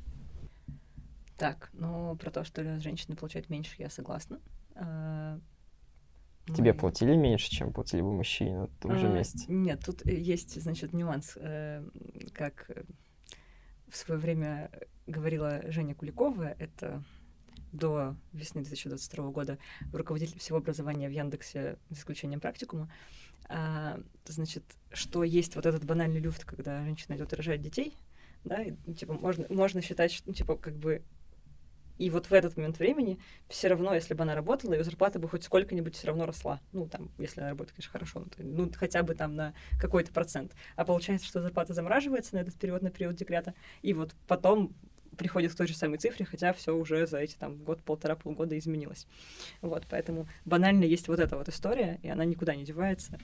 Так, ну про то, что женщины получают меньше, я согласна. А, Тебе мы- платили меньше, чем платили бы мужчине на том же А, месте? Нет, тут э, есть, значит, нюанс, э, как э, в свое время говорила Женя Куликова, это до весны две тысячи двадцать второго года руководитель всего образования в Яндексе, за исключением практикума, а, значит, что есть вот этот банальный люфт, когда женщина идет рожать детей, да, и, ну, типа, можно, можно считать, что, ну, типа, как бы и вот в этот момент времени все равно, если бы она работала, ее зарплата бы хоть сколько-нибудь все равно росла. Ну, там, если она работает, конечно, хорошо, ну, то- ну, хотя бы там на какой-то процент. А получается, что зарплата замораживается на этот период, на период декрета, и вот потом приходит к той же самой цифре, хотя все уже за эти там год, полтора, полгода изменилось. Вот, поэтому банально есть вот эта вот история, и она никуда не девается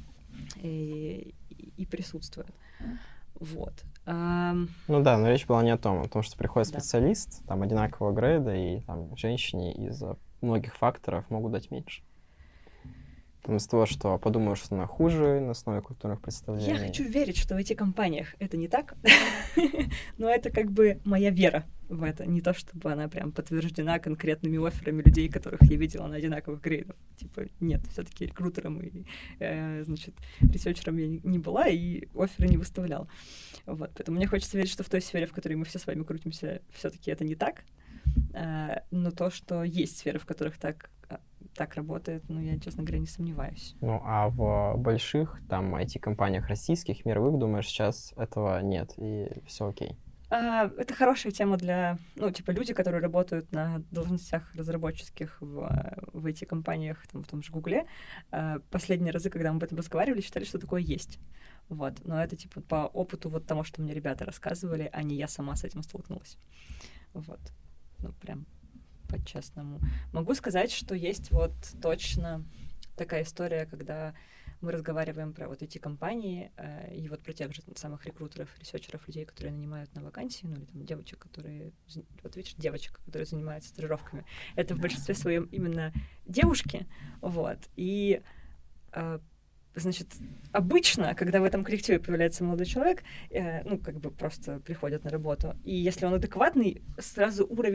и, и- и присутствует. Вот. Ам, Ну да, но речь была не о том, о том, что приходит Да. специалист, там одинакового грейда, и там женщине из-за многих факторов могут дать меньше. Там из-за того, что подумаешь, что она хуже на основе культурных представлений. Я хочу верить, что в этих компаниях это не так, но это как бы моя вера в это. Не то, чтобы она прям подтверждена конкретными офферами людей, которых я видела на одинаковых грейдах. Типа, нет, все-таки рекрутером и, э, значит, ресерчером я не- не была и офферы не выставляла. Вот, поэтому мне хочется верить, что в той сфере, в которой мы все с вами крутимся, все-таки это не так. Э, но то, что есть сферы, в которых так, а, так работает, ну, я, честно говоря, не сомневаюсь. Ну, а в больших, там, ай ти-компаниях российских, мировых, думаешь, сейчас этого нет, и все окей. А, Это хорошая тема для, ну, типа, люди, которые работают на должностях разработческих в, в ай ти-компаниях, там, в том же Гугле. а, Последние разы, когда мы об этом разговаривали, считали, что такое есть. Вот. Но это, типа, по опыту вот тому, что мне ребята рассказывали, а не я сама с этим столкнулась. Вот. Ну, прям по-честному. Могу сказать, что есть вот точно такая история, когда мы разговариваем про вот эти компании э, и вот про тех же самых рекрутеров, ресерчеров, людей, которые нанимают на вакансии, ну или там девочек, которые, за- вот видишь, девочек, которые занимаются стажировками. Это в большинстве своем именно девушки, вот. И, э, значит, обычно, когда в этом коллективе появляется молодой человек, э, ну, как бы просто приходят на работу, и если он адекватный, сразу уровень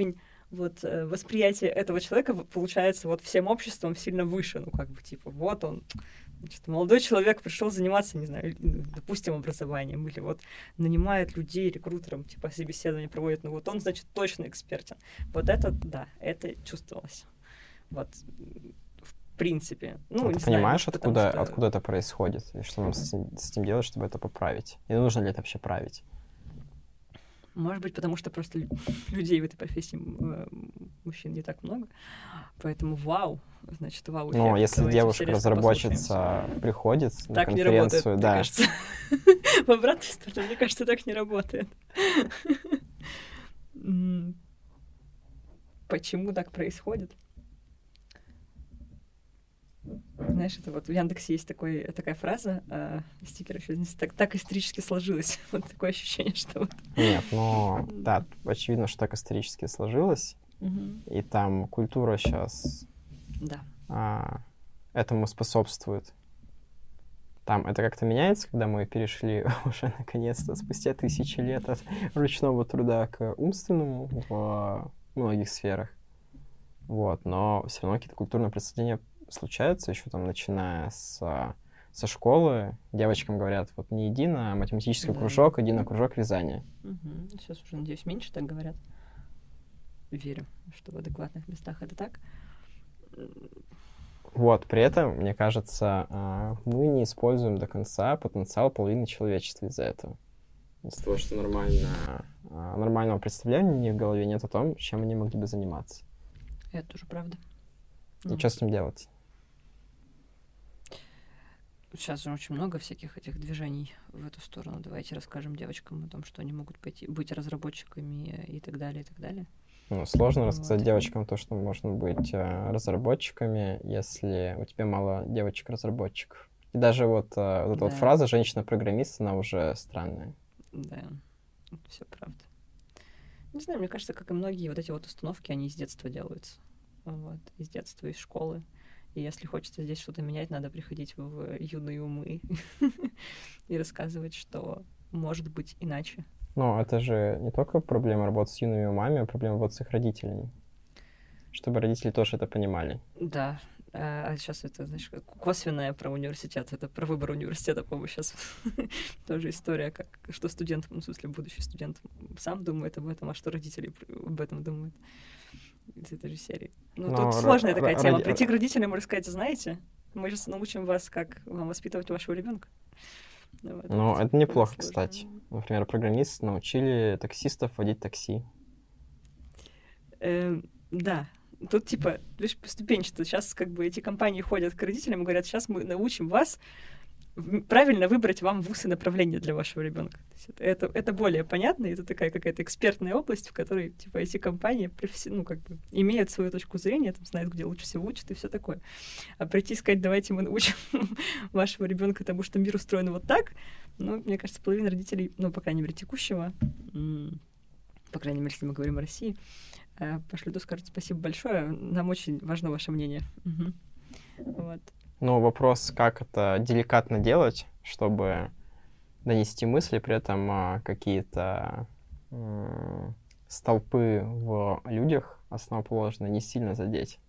вот э, восприятие этого человека получается вот всем обществом сильно выше. Ну, как бы, типа, вот он, значит, молодой человек пришел заниматься, не знаю, допустим, образованием, или вот нанимает людей рекрутером, типа, собеседование проводит, ну, вот он, значит, точно экспертен. Вот это, да, это чувствовалось. Вот, в принципе. Ну, а не ты знаю, понимаешь, может, откуда, что... откуда это происходит? И что нам с, с этим делать, чтобы это поправить? И нужно ли это вообще править? Может быть, потому что просто людей в этой профессии мужчин не так много. Поэтому вау, значит, вау. Ну, если девушка-разработчица приходит на так конференцию, не работает, да. мне кажется. В обратную сторону, мне кажется, так не работает. Почему так происходит? Знаешь, это вот в Яндексе есть такой, такая фраза, э, стикер еще здесь, так, так исторически сложилось. Вот такое ощущение, что вот... Нет, ну, да, очевидно, что так исторически сложилось. Угу. И там культура сейчас да. а, этому способствует. Там это как-то меняется, когда мы перешли уже наконец-то спустя тысячи лет от ручного труда к умственному в многих сферах. Вот, но все равно какие-то культурные присоединения случаются еще там, начиная с, со школы. Девочкам говорят, вот не иди на математический да. кружок, иди на кружок вязания. Угу. Сейчас уже, надеюсь, меньше так говорят. Верю, что в адекватных местах это так. Вот, при этом, мне кажется, мы не используем до конца потенциал половины человечества из-за этого. Из-за того, что нормально, нормального представления в голове нет о том, чем они могли бы заниматься. Это тоже правда. И ну. что с ним делать? Сейчас же очень много всяких этих движений в эту сторону. Давайте расскажем девочкам о том, что они могут пойти, быть разработчиками и так далее, и так далее. Ну, сложно вот. рассказать девочкам то, что можно быть э, разработчиками, если у тебя мало девочек-разработчиков. И даже вот, э, вот эта да. вот фраза «женщина-программист», она уже странная. Да, это все правда. Не знаю, мне кажется, как и многие вот эти вот установки, они с детства делаются. Вот, из детства, из школы. И если хочется здесь что-то менять, надо приходить в юные умы и рассказывать, что может быть иначе. Но это же не только проблема работы с юными умами, а проблема работы с их родителями. Чтобы родители тоже это понимали. Да. А сейчас это, знаешь, косвенное про университет. Это про выбор университета, по-моему, сейчас тоже история, как что студент, ну, в смысле, будущий студент сам думает об этом, а что родители об этом думают. Из этой же серии. Ну, Но тут сложная такая р- тема. Р- Прийти к родителям и рассказать, знаете, мы сейчас научим вас, как вам воспитывать вашего ребенка. Вот, ну, это, это неплохо, сложно. Кстати. Например, программисты научили таксистов водить такси. Э, да. Тут, типа, видишь, поступенчато. Сейчас, как бы, эти компании ходят к родителям и говорят, сейчас мы научим вас правильно выбрать вам вуз и направление для вашего ребенка. Это, это, это более понятно, это такая какая-то экспертная область, в которой, типа, эти компании професси... ну, как бы, имеют свою точку зрения, там, знают, где лучше всего учат и все такое. А прийти и сказать, давайте мы научим вашего ребенка тому, что мир устроен вот так, ну, мне кажется, половина родителей, ну, по крайней мере, текущего, по крайней мере, если мы говорим о России, пошлют и скажут спасибо большое, нам очень важно ваше мнение. Угу. Вот. Ну, вопрос, как это деликатно делать, чтобы донести мысли, при этом а, какие-то м- столпы в людях основоположно не сильно задеть.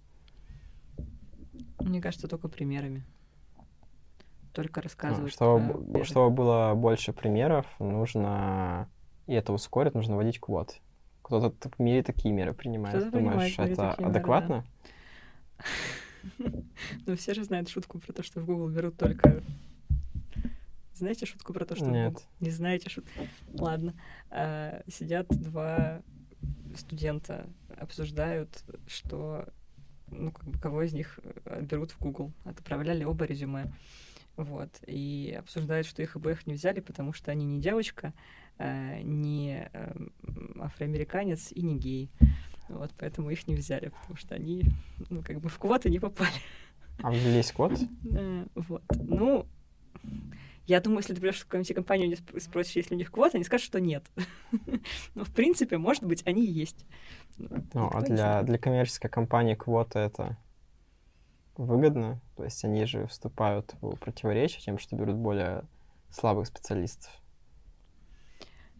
Мне кажется, только примерами. Только рассказывать. А, чтобы, чтобы было больше примеров, нужно, и это ускорит, нужно вводить квоты. Кто-то в мире такие меры принимает. Кто-то Думаешь, принимает это адекватно? Меры, да. Ну, все же знают шутку про то, что в Google берут только... Знаете шутку про то, что Нет. в Google... Не знаете шутку? Ладно. А, сидят два студента, обсуждают, что... Ну, как бы, кого из них берут в Google. Отправляли оба резюме. Вот. И обсуждают, что их обоих не взяли, потому что они не девочка, а, не а, афроамериканец и не гей. Вот, поэтому их не взяли, потому что они, ну, как бы в квоты не попали. А ввелись квоты? Вот. Ну, я думаю, если ты придешь в какую-нибудь компанию и спросишь, есть ли у них квоты, они скажут, что нет. Но, в принципе, может быть, они и есть. Ну, а для, для коммерческой компании квоты это выгодно? То есть они же вступают в противоречие тем, что берут более слабых специалистов.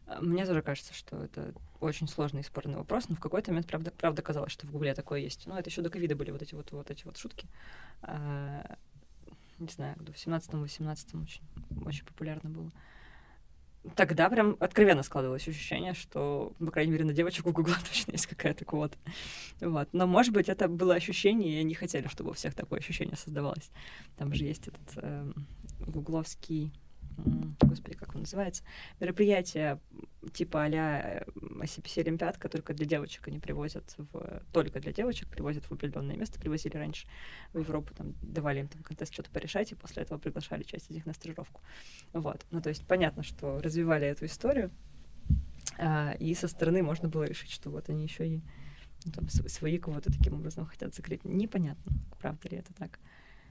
Мне тоже кажется, что это очень сложный и спорный вопрос, но в какой-то момент, правда, правда казалось, что в Гугле такое есть. Ну, это еще до ковида были вот эти вот, вот эти вот шутки. А, не знаю, в семнадцатом-восемнадцатом очень, очень популярно было. Тогда прям откровенно складывалось ощущение, что, по крайней мере, на девочек у Гугла точно есть какая-то квота. Вот. Но, может быть, это было ощущение, и они хотели, чтобы у всех такое ощущение создавалось. Там же есть этот э, гугловский... Господи, как он называется? Мероприятие типа а-ля ай си пи си Олимпиадка, только для девочек они привозят в... Только для девочек привозят в определенное место, привозили раньше в Европу, там, давали им там контест что-то порешать, и после этого приглашали часть из них на стажировку. Вот. Ну, то есть понятно, что развивали эту историю, а, и со стороны можно было решить, что вот они еще и ну, там, свои кого-то таким образом хотят закрыть. Непонятно, правда ли это так.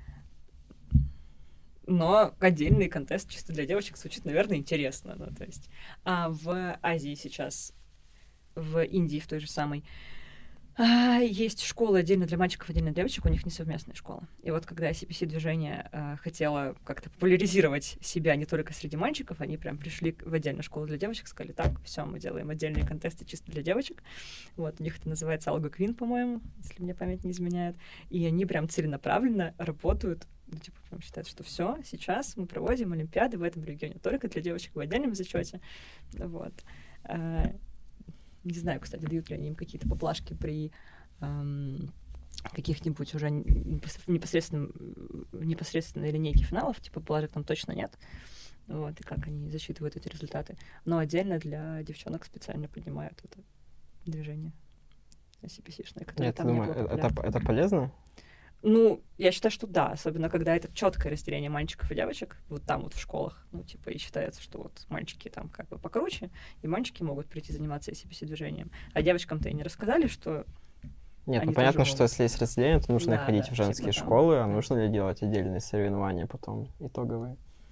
Но отдельный контест чисто для девочек звучит, наверное, интересно. Ну, то есть. А в Азии сейчас, в Индии в той же самой, а, есть школы отдельно для мальчиков, отдельно для девочек, у них не совместная школа. И вот когда ай си пи си-движение а, хотело как-то популяризировать себя не только среди мальчиков, они прям пришли в отдельную школу для девочек, сказали, так, все, мы делаем отдельные контесты чисто для девочек. Вот, у них это называется Algo Queen, по-моему, если мне память не изменяет. И они прям целенаправленно работают. Ну, типа, прям считают, что все, сейчас мы проводим Олимпиады в этом регионе только для девочек в отдельном зачете. Вот. А, не знаю, кстати, дают ли они им какие-то поблажки при эм, каких-нибудь уже непосредственно, непосредственной линейке финалов, типа положек там точно нет. Вот, и как они засчитывают эти результаты. Но отдельно для девчонок специально поднимают это движение ай си пи си-шное, которое Я там думаю, не было это, популярно. это полезно? Ну, я считаю, что да, особенно когда это четкое разделение мальчиков и девочек, вот там вот в школах, ну, типа, и считается, что вот мальчики там как бы покруче, и мальчики могут прийти заниматься ай си пи си-движением. А девочкам-то и не рассказали, что Нет, они ну понятно, тоже что могут. если есть разделение, то нужно Да, ходить да, в женские типа там, школы, а да. нужно ли делать отдельные соревнования потом, итоговые?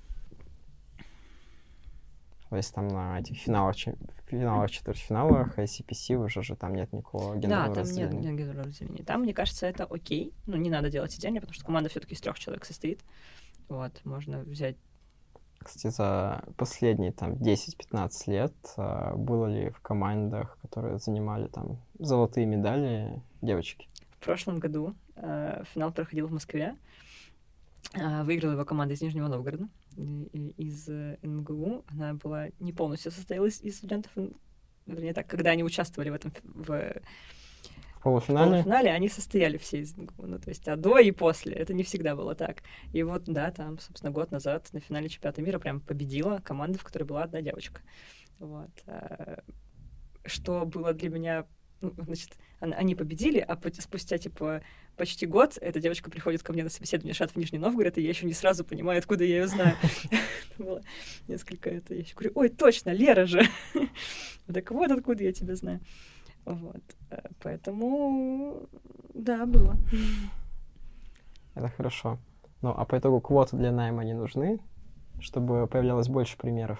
То есть там на этих финалах, чем- финалах, четвертьфиналах ай си пи си уже же там нет никакого Да, гендерного там нет, разделения. нет гендерного разделения. Там, мне кажется, это окей. Ну, не надо делать отдельно, потому что команда все-таки из трех человек состоит. Вот, можно взять. Кстати, за последние там десять-пятнадцать лет а, было ли в командах, которые занимали там золотые медали, девочки? В прошлом году э, финал проходил в Москве. Э, выиграла его команда из Нижнего Новгорода, и- и- из э, эн гэ у. Она была не полностью состоялась из студентов, эн- вернее так, когда они участвовали в этом фи- в, В полуфинале? полуфинале, они состояли все из эн гэ у. Ну, то есть, а до и после. Это не всегда было так. И вот, да, там, собственно, год назад на финале чемпионата мира прям победила команда, в которой была одна девочка. Вот. А, Что было для меня... Ну, значит, он- они победили, а по- спустя, типа, почти год эта девочка приходит ко мне на собеседование шат в Нижний Новгород, и я еще не сразу понимаю, откуда я ее знаю. Это было несколько... это Я еще говорю, ой, точно, Лера же! Так вот, откуда я тебя знаю. Вот. Э, Поэтому, да, было. Это хорошо. Ну, а по итогу квоты для найма не нужны, чтобы появлялось больше примеров?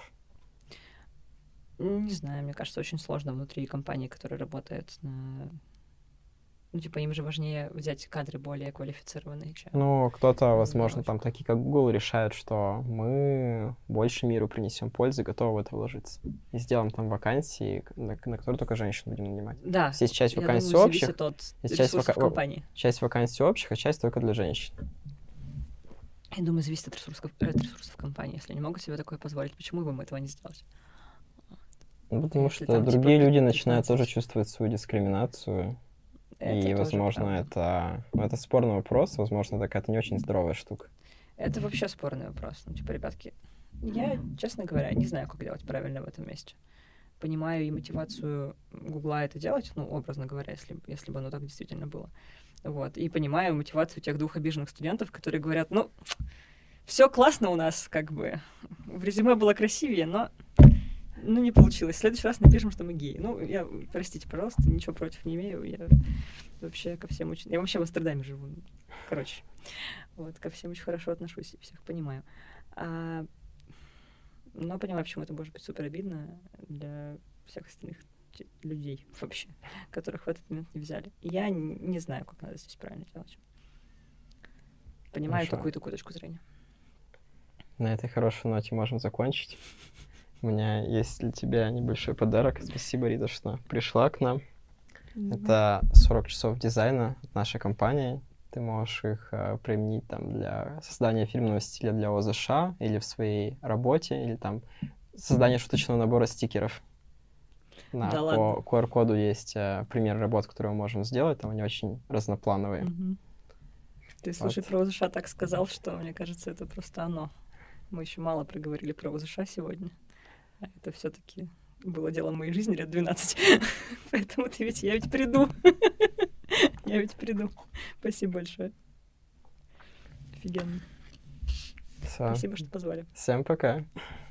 Не знаю, мне кажется, очень сложно внутри компании, которая работает на... Ну, типа, им же важнее взять кадры более квалифицированные, чем... Ну, кто-то, Ну, возможно, там девочка. такие, как Google, решает, что мы больше миру принесем пользы, готовы в это вложиться. И сделаем там вакансии, на, на которые только женщин будем нанимать. Да, Есть часть я вакансий думаю, общих, зависит от есть часть, ресурсов вака- компании. часть вакансий общих, а часть только для женщин. Я думаю, зависит от ресурсов, от ресурсов компании. Если они могут себе такое позволить, почему бы им этого не сделать? Ну, потому Если что там, типа, другие люди пятнадцать начинают тоже чувствовать свою дискриминацию. Это И, тоже возможно, правда. это, ну, это спорный вопрос, возможно, это какая-то не очень здоровая штука. Это вообще спорный вопрос. Ну, типа, ребятки, я, честно говоря, не знаю, как делать правильно в этом месте. Понимаю и мотивацию Гугла это делать, ну, образно говоря, если, если бы оно так действительно было. Вот. И понимаю мотивацию тех двух обиженных студентов, которые говорят, ну, все классно у нас, как бы. В резюме было красивее, но ну, не получилось. В следующий раз напишем, что мы геи. Ну, я, простите, пожалуйста, ничего против не имею. Я вообще ко всем очень... Я вообще в Амстердаме живу. Короче, вот, ко всем очень хорошо отношусь и всех понимаю. А... Но понимаю, почему это может быть супер обидно для всех остальных людей вообще, которых в этот момент не взяли. И я не знаю, как надо здесь правильно делать. Понимаю Хорошо. такую и такую точку зрения. На этой хорошей ноте можем закончить. У меня есть для тебя небольшой подарок. Спасибо, Рита, что пришла к нам. Mm-hmm. Это сорок часов дизайна от нашей компании. Ты можешь их э, применить там для создания фирменного стиля для ОЗШ или в своей работе, или там создание шуточного набора стикеров. На, да по ладно. ку ар коду есть э, пример работ, которые мы можем сделать. Там они очень разноплановые. Mm-hmm. Ты, слушай, вот. Про ОЗШ так сказал, что, мне кажется, это просто оно. Мы еще мало проговорили про ОЗШ сегодня. А это все-таки было делом моей жизни лет двенадцать. Поэтому ты ведь, я ведь приду. Я ведь приду. Спасибо большое. Офигенно. Все. Спасибо, что позвали. Всем пока.